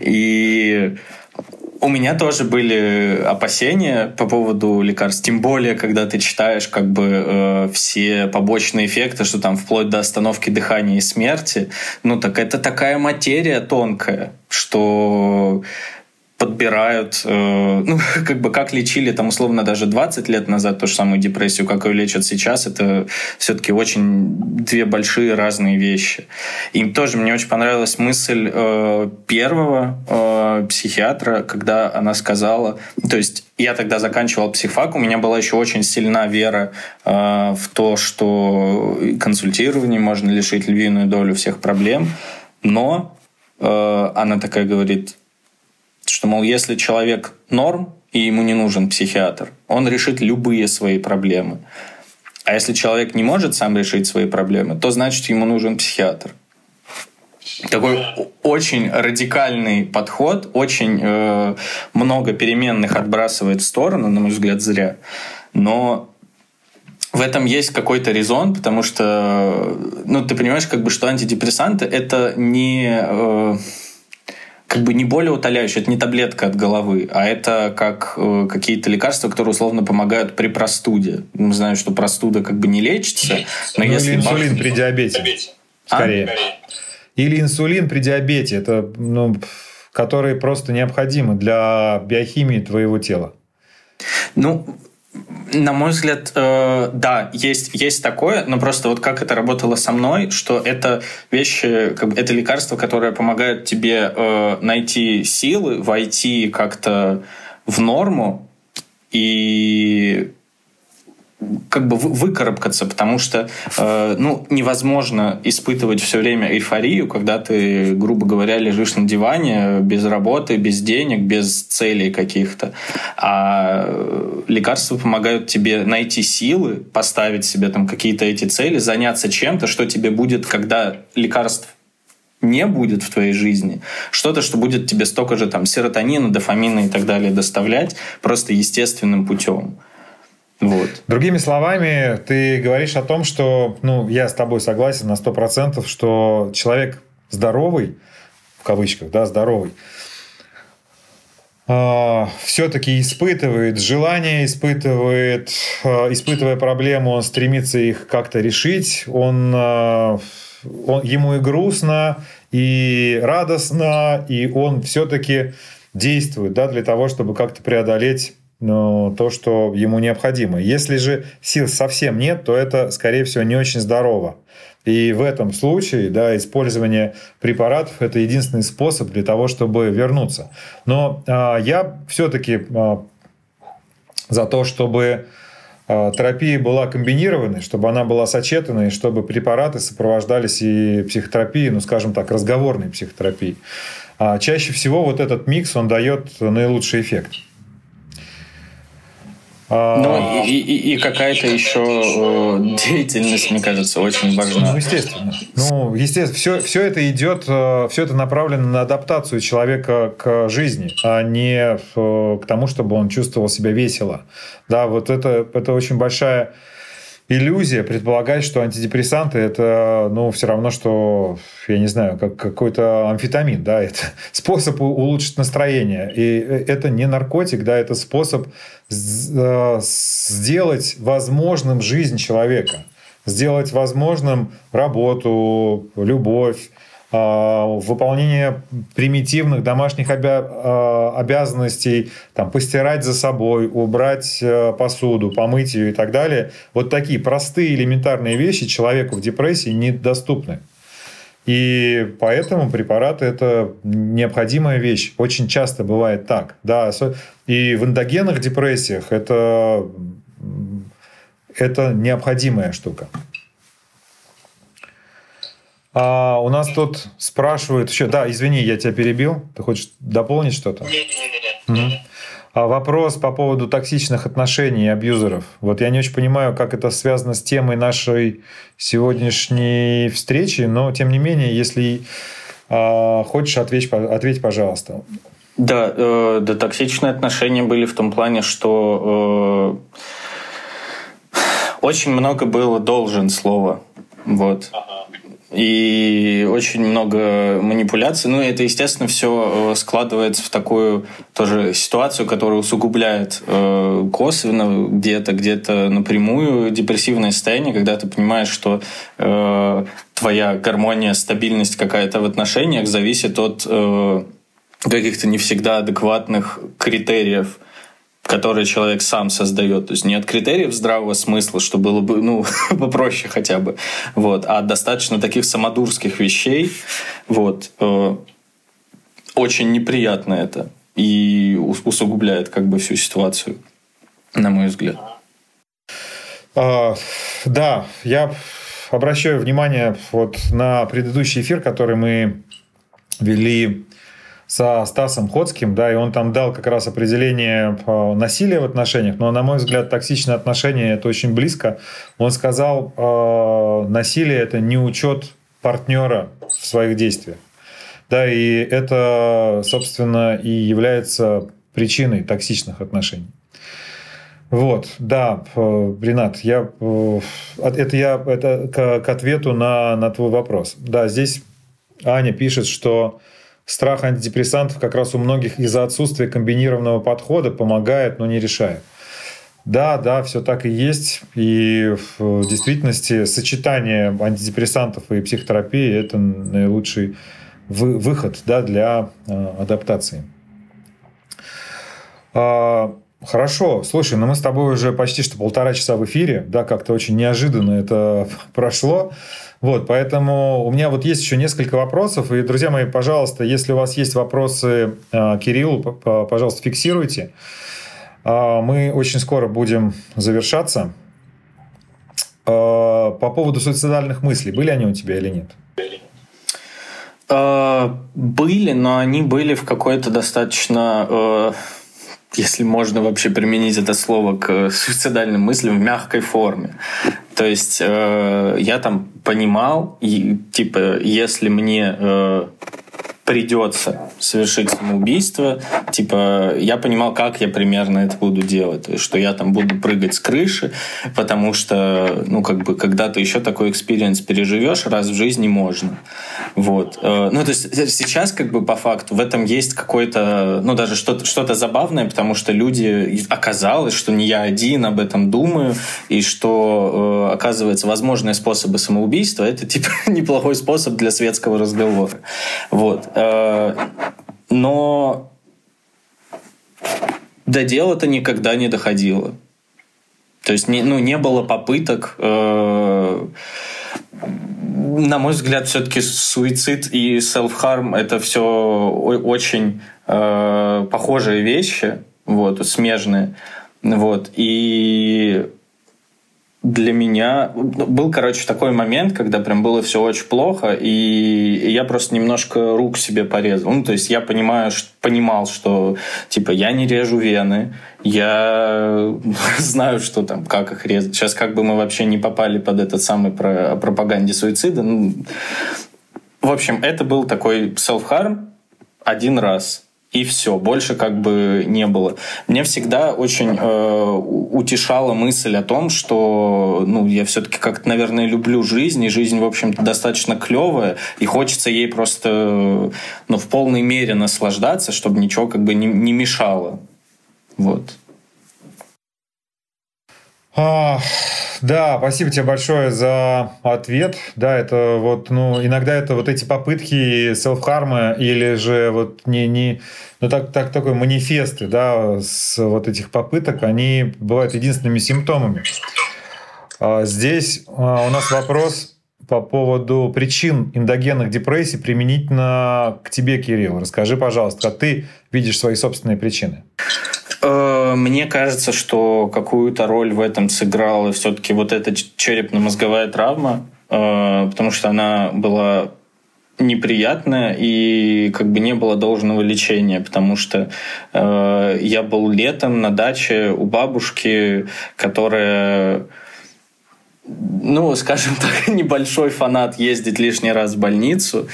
И у меня тоже были опасения по поводу лекарств, тем более, когда ты читаешь как бы все побочные эффекты, что там вплоть до остановки дыхания и смерти. Так это такая материя тонкая, что подбирают, как лечили там условно даже 20 лет назад ту же самую депрессию, как ее лечат сейчас, это все-таки очень две большие разные вещи. И тоже мне очень понравилась мысль первого психиатра, когда она сказала, то есть я тогда заканчивал психфак, у меня была еще очень сильна вера в то, что консультированием можно лишить львиную долю всех проблем, но она такая говорит, что, мол, если человек норм, и ему не нужен психиатр, он решит любые свои проблемы. А если человек не может сам решить свои проблемы, то значит, ему нужен психиатр. Такой очень радикальный подход, очень много переменных отбрасывает в сторону, на мой взгляд, зря. Но в этом есть какой-то резон, потому что, ты понимаешь, как бы, что антидепрессанты — это не болеутоляющее, это не таблетка от головы, а это как какие-то лекарства, которые условно помогают при простуде. Мы знаем, что простуда как бы не лечится. Но если или инсулин при диабете. Скорее. Или инсулин при диабете. Это, которые просто необходимы для биохимии твоего тела. На мой взгляд, да, есть такое, но просто вот как это работало со мной, что это вещи, это лекарства, которые помогают тебе найти силы, войти как-то в норму и как бы выкарабкаться, потому что невозможно испытывать все время эйфорию, когда ты, грубо говоря, лежишь на диване без работы, без денег, без целей каких-то. А лекарства помогают тебе найти силы, поставить себе там какие-то эти цели, заняться чем-то, что тебе будет, когда лекарств не будет в твоей жизни, что-то, что будет тебе столько же там серотонина, дофамина и так далее доставлять просто естественным путем. Вот. Другими словами, ты говоришь о том, что, я с тобой согласен на 100%, что человек здоровый, в кавычках, да, здоровый, все-таки испытывает желание, испытывая проблему, он стремится их как-то решить, ему и грустно, и радостно, и он все-таки действует, да, для того, чтобы как-то преодолеть то, что ему необходимо. Если же сил совсем нет, то это, скорее всего, не очень здорово. И в этом случае, да, использование препаратов – это единственный способ для того, чтобы вернуться. Но я все-таки за то, чтобы терапия была комбинированной, чтобы она была сочетанной, чтобы препараты сопровождались и психотерапией, ну, скажем так, разговорной психотерапией. А чаще всего вот этот микс, он дает наилучший эффект. Ну, и какая-то еще деятельность, мне кажется, очень важна. Ну, естественно, все это идет, все это направлено на адаптацию человека к жизни, а не к тому, чтобы он чувствовал себя весело. Да, вот это очень большая иллюзия предполагать, что антидепрессанты – это, ну, все равно, что, я не знаю, как какой-то амфетамин, да, это способ улучшить настроение. И это не наркотик, да, это способ сделать возможным жизнь человека, сделать возможным работу, любовь, выполнение примитивных домашних обязанностей, там, постирать за собой, убрать посуду, помыть ее и так далее. Вот такие простые элементарные вещи человеку в депрессии недоступны. И поэтому препараты – это необходимая вещь. Очень часто бывает так. Да, и в эндогенных депрессиях это необходимая штука. У нас тут спрашивают еще... Да, извини, я тебя перебил. Ты хочешь дополнить что-то? Не-не-не. Вопрос по поводу токсичных отношений и абьюзеров. Вот я не очень понимаю, как это связано с темой нашей сегодняшней встречи, но, тем не менее, если хочешь, ответь, пожалуйста. Да, токсичные отношения были в том плане, что очень много было «должен» слова. Вот. И очень много манипуляций. Ну, это, естественно, все складывается в такую тоже ситуацию, которая усугубляет косвенно где-то напрямую депрессивное состояние, когда ты понимаешь, что твоя гармония, стабильность какая-то в отношениях зависит от каких-то не всегда адекватных критериев, которые человек сам создает. То есть не от критериев здравого смысла, что было бы, ну, попроще хотя бы, вот, а достаточно таких самодурских вещей. Вот. Очень неприятно это. И усугубляет как бы всю ситуацию, на мой взгляд. Да, я обращаю внимание вот на предыдущий эфир, который мы вели со Стасом Ходским, да, и он там дал как раз определение насилия в отношениях, но, на мой взгляд, токсичные отношения – это очень близко. Он сказал, насилие – это не учет партнера в своих действиях. Да, и это, собственно, и является причиной токсичных отношений. Вот, да, Ренат, это к ответу на твой вопрос. Да, здесь Аня пишет, что страх антидепрессантов как раз у многих из-за отсутствия комбинированного подхода помогает, но не решает. Да, все так и есть. И в действительности сочетание антидепрессантов и психотерапии – это наилучший выход, да, для адаптации. Хорошо. Слушай, мы с тобой уже почти что 1,5 часа в эфире. Да, как-то очень неожиданно это прошло. Вот, поэтому у меня вот есть еще несколько вопросов. И, друзья мои, пожалуйста, если у вас есть вопросы Кириллу, пожалуйста, фиксируйте. Мы очень скоро будем завершаться. По поводу суицидальных мыслей. Были они у тебя или нет? Были, но они были в какой-то достаточно... если можно вообще применить это слово к суицидальным мыслям, в мягкой форме. То есть я там понимал, типа, если мне придется совершить самоубийство, типа, я понимал, как я примерно это буду делать. То есть, что я там буду прыгать с крыши, потому что, ну, как бы, когда ты еще такой экспириенс переживешь, раз в жизни можно. Вот. Ну, то есть, сейчас, как бы, по факту, в этом есть какое-то, ну, даже что-то забавное, потому что люди, оказалось, что не я один об этом думаю, и что, оказывается, возможные способы самоубийства — это, типа, неплохой способ для светского разговора. Вот. Но до дела-то никогда не доходило. То есть не было попыток. На мой взгляд, все-таки суицид и self-harm — это все очень похожие вещи, вот, смежные. Вот. И для меня был, такой момент, когда прям было все очень плохо, и я просто немножко рук себе порезал. То есть я понимал, что типа я не режу вены, я знаю, что там, как их резать. Сейчас как бы мы вообще не попали под этот самый о пропаганде суицида. В общем, это был такой self-harm один раз. И все, больше как бы не было. Мне всегда очень утешала мысль о том, что я все-таки как-то, наверное, люблю жизнь, и жизнь, в общем-то, достаточно клевая, и хочется ей просто в полной мере наслаждаться, чтобы ничего как бы не мешало. Вот. Да, спасибо тебе большое за ответ. Да, это вот, иногда это вот эти попытки self-harm или же вот такой манифесты, да, с вот этих попыток, они бывают единственными симптомами. Здесь у нас вопрос по поводу причин эндогенных депрессий применительно к тебе, Кирилл. Расскажи, пожалуйста, как ты видишь свои собственные причины? Мне кажется, что какую-то роль в этом сыграла все-таки вот эта черепно-мозговая травма, потому что она была неприятная и как бы не было должного лечения, потому что я был летом на даче у бабушки, которая, скажем так, небольшой фанат ездить лишний раз в больницу.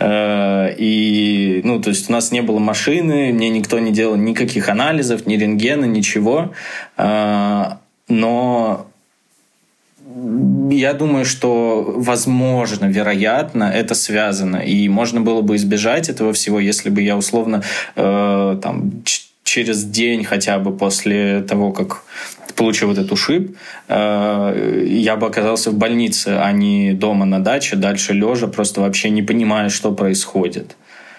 И, то есть у нас не было машины, мне никто не делал никаких анализов, ни рентгена, ничего. Но я думаю, что, возможно, вероятно, это связано. И можно было бы избежать этого всего, если бы я условно через день хотя бы после того, как получил вот этот ушиб, я бы оказался в больнице, а не дома на даче, дальше лежа, просто вообще не понимая, что происходит.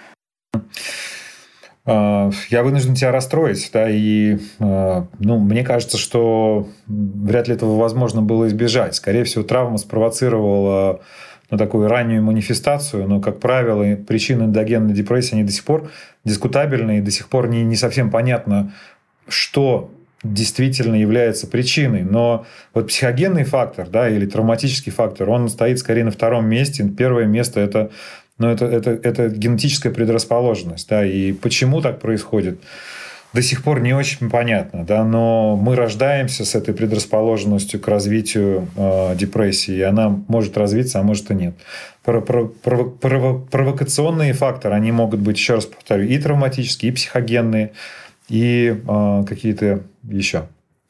Я вынужден тебя расстроить, да, и мне кажется, что вряд ли этого возможно было избежать. Скорее всего, травма спровоцировала такую раннюю манифестацию, но, как правило, причины эндогенной депрессии, они до сих пор дискутабельны, и до сих пор не совсем понятно, что действительно является причиной. Но вот психогенный фактор, да, или травматический фактор, он стоит скорее на втором месте. Первое место – это генетическая предрасположенность. Да, и почему так происходит, до сих пор не очень понятно. Да, но мы рождаемся с этой предрасположенностью к развитию депрессии. И она может развиться, а может и нет. Провокационные факторы, они могут быть, еще раз повторю, и травматические, и психогенные, и какие-то еще.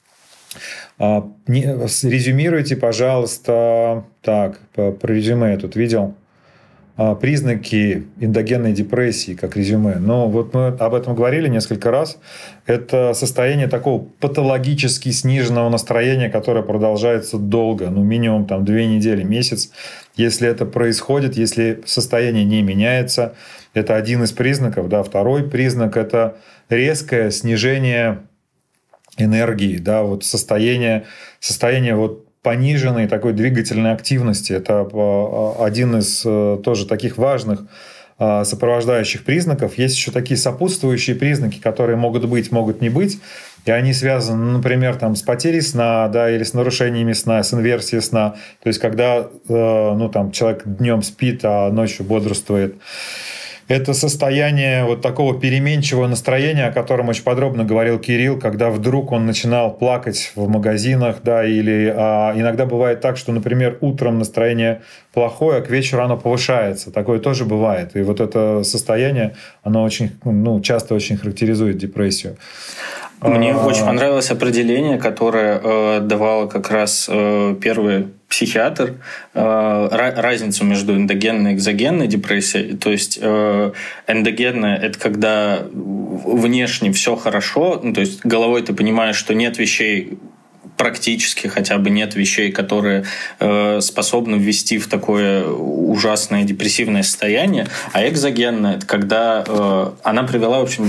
Резюмируйте, пожалуйста. Так, про резюме я тут видел. Признаки эндогенной депрессии, как резюме. Вот мы об этом говорили несколько раз. Это состояние такого патологически сниженного настроения, которое продолжается долго, минимум 2 недели, месяц. Если это происходит, если состояние не меняется, это один из признаков. Да. Второй признак – это резкое снижение энергии, да, вот состояние вот пониженной такой двигательной активности. Это один из тоже таких важных сопровождающих признаков. Есть еще такие сопутствующие признаки, которые могут быть, могут не быть. И они связаны, например, с потерей сна, да, или с нарушениями сна, с инверсией сна. То есть, когда человек днем спит, а ночью бодрствует. Это состояние вот такого переменчивого настроения, о котором очень подробно говорил Кирилл, когда вдруг он начинал плакать в магазинах, да, или иногда бывает так, что, например, утром настроение плохое, а к вечеру оно повышается. Такое тоже бывает. И вот это состояние, оно очень, часто очень характеризует депрессию. Мне очень понравилось определение, которое давал как раз первый психиатр, разницу между эндогенной и экзогенной депрессией. То есть эндогенная – это когда внешне все хорошо, то есть головой ты понимаешь, что нет вещей, практически хотя бы нет вещей, которые способны ввести в такое ужасное депрессивное состояние. А экзогенная – это когда она привела, в общем,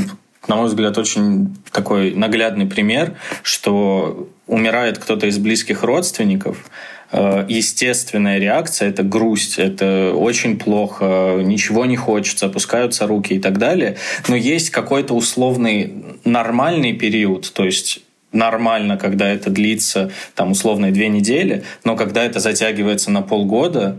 на мой взгляд, очень такой наглядный пример, что умирает кто-то из близких родственников, естественная реакция – это грусть, это очень плохо, ничего не хочется, опускаются руки и так далее. Но есть какой-то условный нормальный период, то есть нормально, когда это длится там условно 2 недели, но когда это затягивается на полгода,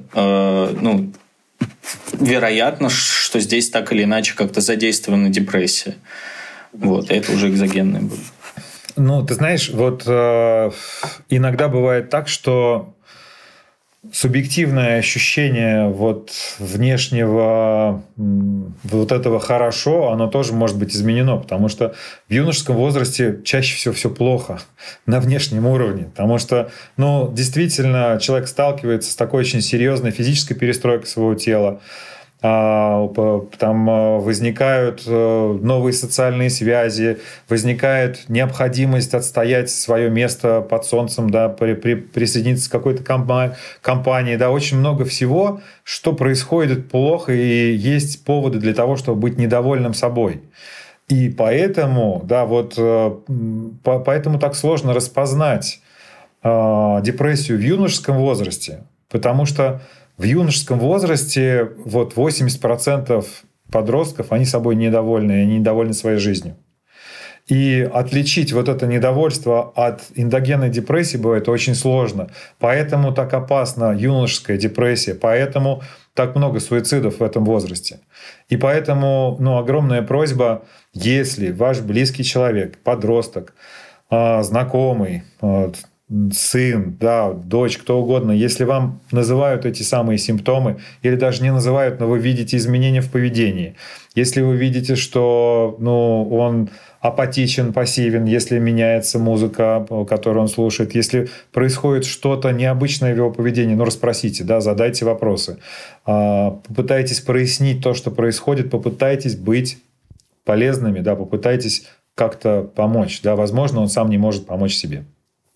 вероятно, что здесь так или иначе как-то задействована депрессия. Вот, это уже экзогенное будет. Ну, ты знаешь, вот иногда бывает так, что субъективное ощущение вот внешнего вот этого хорошо, оно тоже может быть изменено, потому что в юношеском возрасте чаще всего все плохо на внешнем уровне, потому что, действительно, человек сталкивается с такой очень серьезной физической перестройкой своего тела. Там возникают новые социальные связи, возникает необходимость отстоять свое место под солнцем, да, присоединиться к какой-то компании. Да, очень много всего, что происходит плохо, и есть поводы для того, чтобы быть недовольным собой. И поэтому, поэтому так сложно распознать депрессию в юношеском возрасте, потому что в юношеском возрасте 80% подростков, они собой недовольны, они недовольны своей жизнью. И отличить вот это недовольство от эндогенной депрессии бывает очень сложно. Поэтому так опасна юношеская депрессия, поэтому так много суицидов в этом возрасте. И поэтому огромная просьба, если ваш близкий человек, подросток, знакомый, сын, дочь, кто угодно, если вам называют эти самые симптомы или даже не называют, но вы видите изменения в поведении, если вы видите, что он апатичен, пассивен, если меняется музыка, которую он слушает, если происходит что-то необычное в его поведении, расспросите, задайте вопросы, попытайтесь прояснить то, что происходит, попытайтесь быть полезными, попытайтесь как-то помочь. Возможно, он сам не может помочь себе.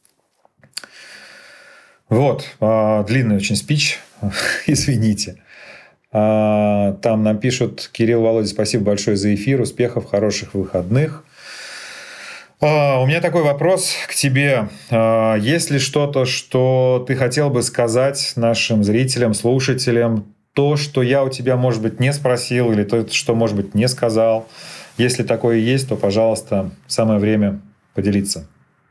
Длинный очень спич, извините. Там нам пишут: Кирилл, Володя, спасибо большое за эфир, успехов, хороших выходных. У меня такой вопрос к тебе. Есть ли что-то, что ты хотел бы сказать нашим зрителям, слушателям, то, что я у тебя, может быть, не спросил, или то, что, может быть, не сказал? Если такое есть, то, пожалуйста, самое время поделиться.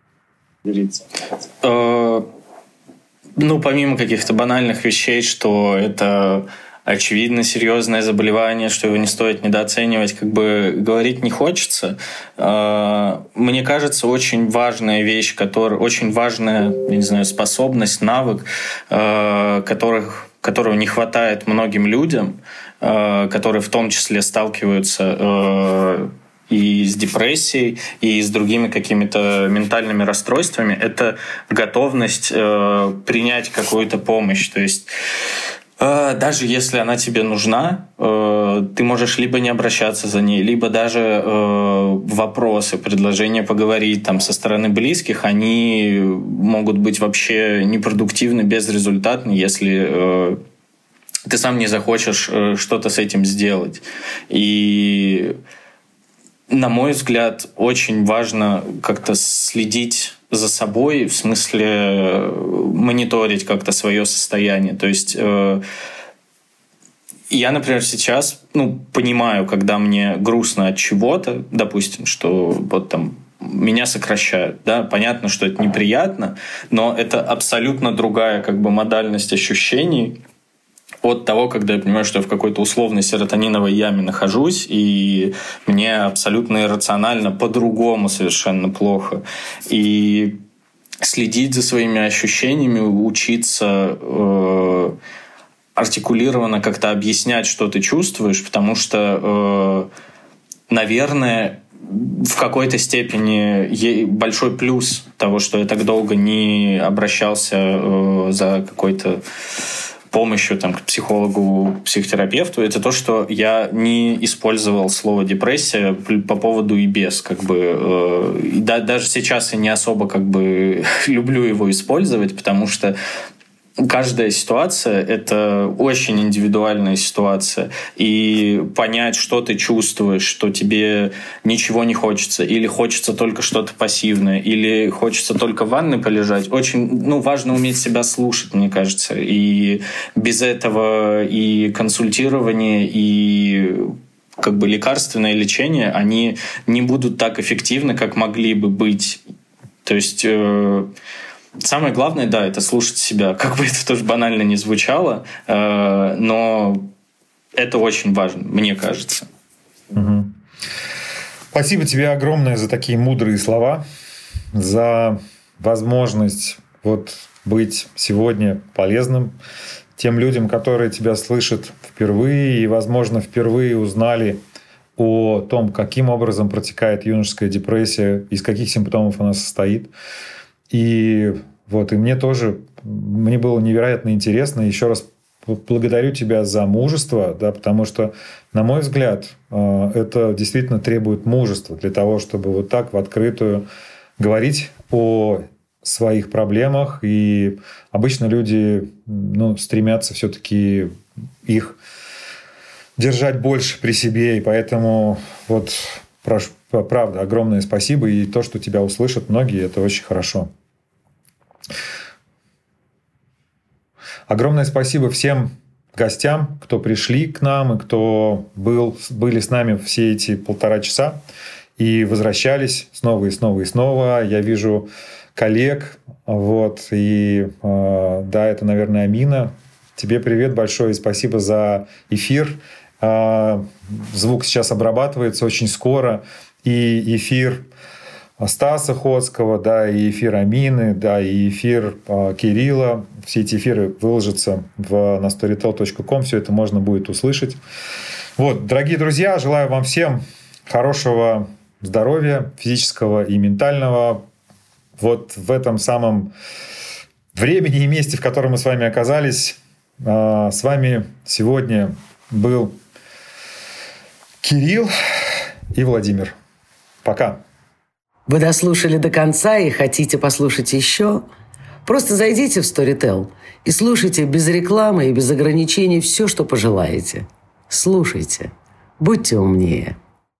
Помимо каких-то банальных вещей, что это очевидно серьезное заболевание, что его не стоит недооценивать, говорить не хочется. Мне кажется, очень важная вещь, очень важная, способность, навык, которого не хватает многим людям, которые в том числе сталкиваются и с депрессией, и с другими какими-то ментальными расстройствами, это готовность принять какую-то помощь. То есть даже если она тебе нужна, ты можешь либо не обращаться за ней, либо даже вопросы, предложения поговорить со стороны близких, они могут быть вообще непродуктивны, безрезультатны, если ты сам не захочешь что-то с этим сделать. И на мой взгляд, очень важно как-то следить за собой, в смысле мониторить как-то свое состояние. То есть я, например, сейчас понимаю, когда мне грустно от чего-то, допустим, что меня сокращают. Да? Понятно, что это неприятно, но это абсолютно другая модальность ощущений от того, когда я понимаю, что я в какой-то условной серотониновой яме нахожусь, и мне абсолютно иррационально по-другому совершенно плохо. И следить за своими ощущениями, учиться артикулированно как-то объяснять, что ты чувствуешь, потому что, наверное, в какой-то степени большой плюс того, что я так долго не обращался за какой-то помощью к психологу, психотерапевту, это то, что я не использовал слово депрессия по поводу и без. Даже сейчас я не особо люблю его использовать, потому что каждая ситуация — это очень индивидуальная ситуация. И понять, что ты чувствуешь, что тебе ничего не хочется, или хочется только что-то пассивное, или хочется только в ванной полежать, очень важно уметь себя слушать, мне кажется. И без этого и консультирование, и лекарственное лечение, они не будут так эффективны, как могли бы быть. То есть самое главное, да, это слушать себя. Как бы это тоже банально не звучало, но это очень важно, мне кажется. Угу. Спасибо тебе огромное за такие мудрые слова, за возможность быть сегодня полезным тем людям, которые тебя слышат впервые и, возможно, впервые узнали о том, каким образом протекает юношеская депрессия, из каких симптомов она состоит. И мне было невероятно интересно. Еще раз благодарю тебя за мужество, да, потому что, на мой взгляд, это действительно требует мужества для того, чтобы так в открытую говорить о своих проблемах. И обычно люди стремятся все-таки их держать больше при себе. И поэтому правда, огромное спасибо. И то, что тебя услышат многие, это очень хорошо. Огромное спасибо всем гостям, кто пришли к нам и кто были с нами все эти 1,5 часа и возвращались снова и снова и снова. Я вижу коллег, и это, наверное, Амина. Тебе привет большое и спасибо за эфир. Звук сейчас обрабатывается очень скоро, и эфир Стаса Ходского, да, и эфир Амины, да, и эфир Кирилла. Все эти эфиры выложатся на storytel.com, все это можно будет услышать. Дорогие друзья, желаю вам всем хорошего здоровья, физического и ментального. В этом самом времени и месте, в котором мы с вами оказались. С вами сегодня был Кирилл и Владимир. Пока. Вы дослушали до конца и хотите послушать еще? Просто зайдите в Storytel и слушайте без рекламы и без ограничений все, что пожелаете. Слушайте. Будьте умнее.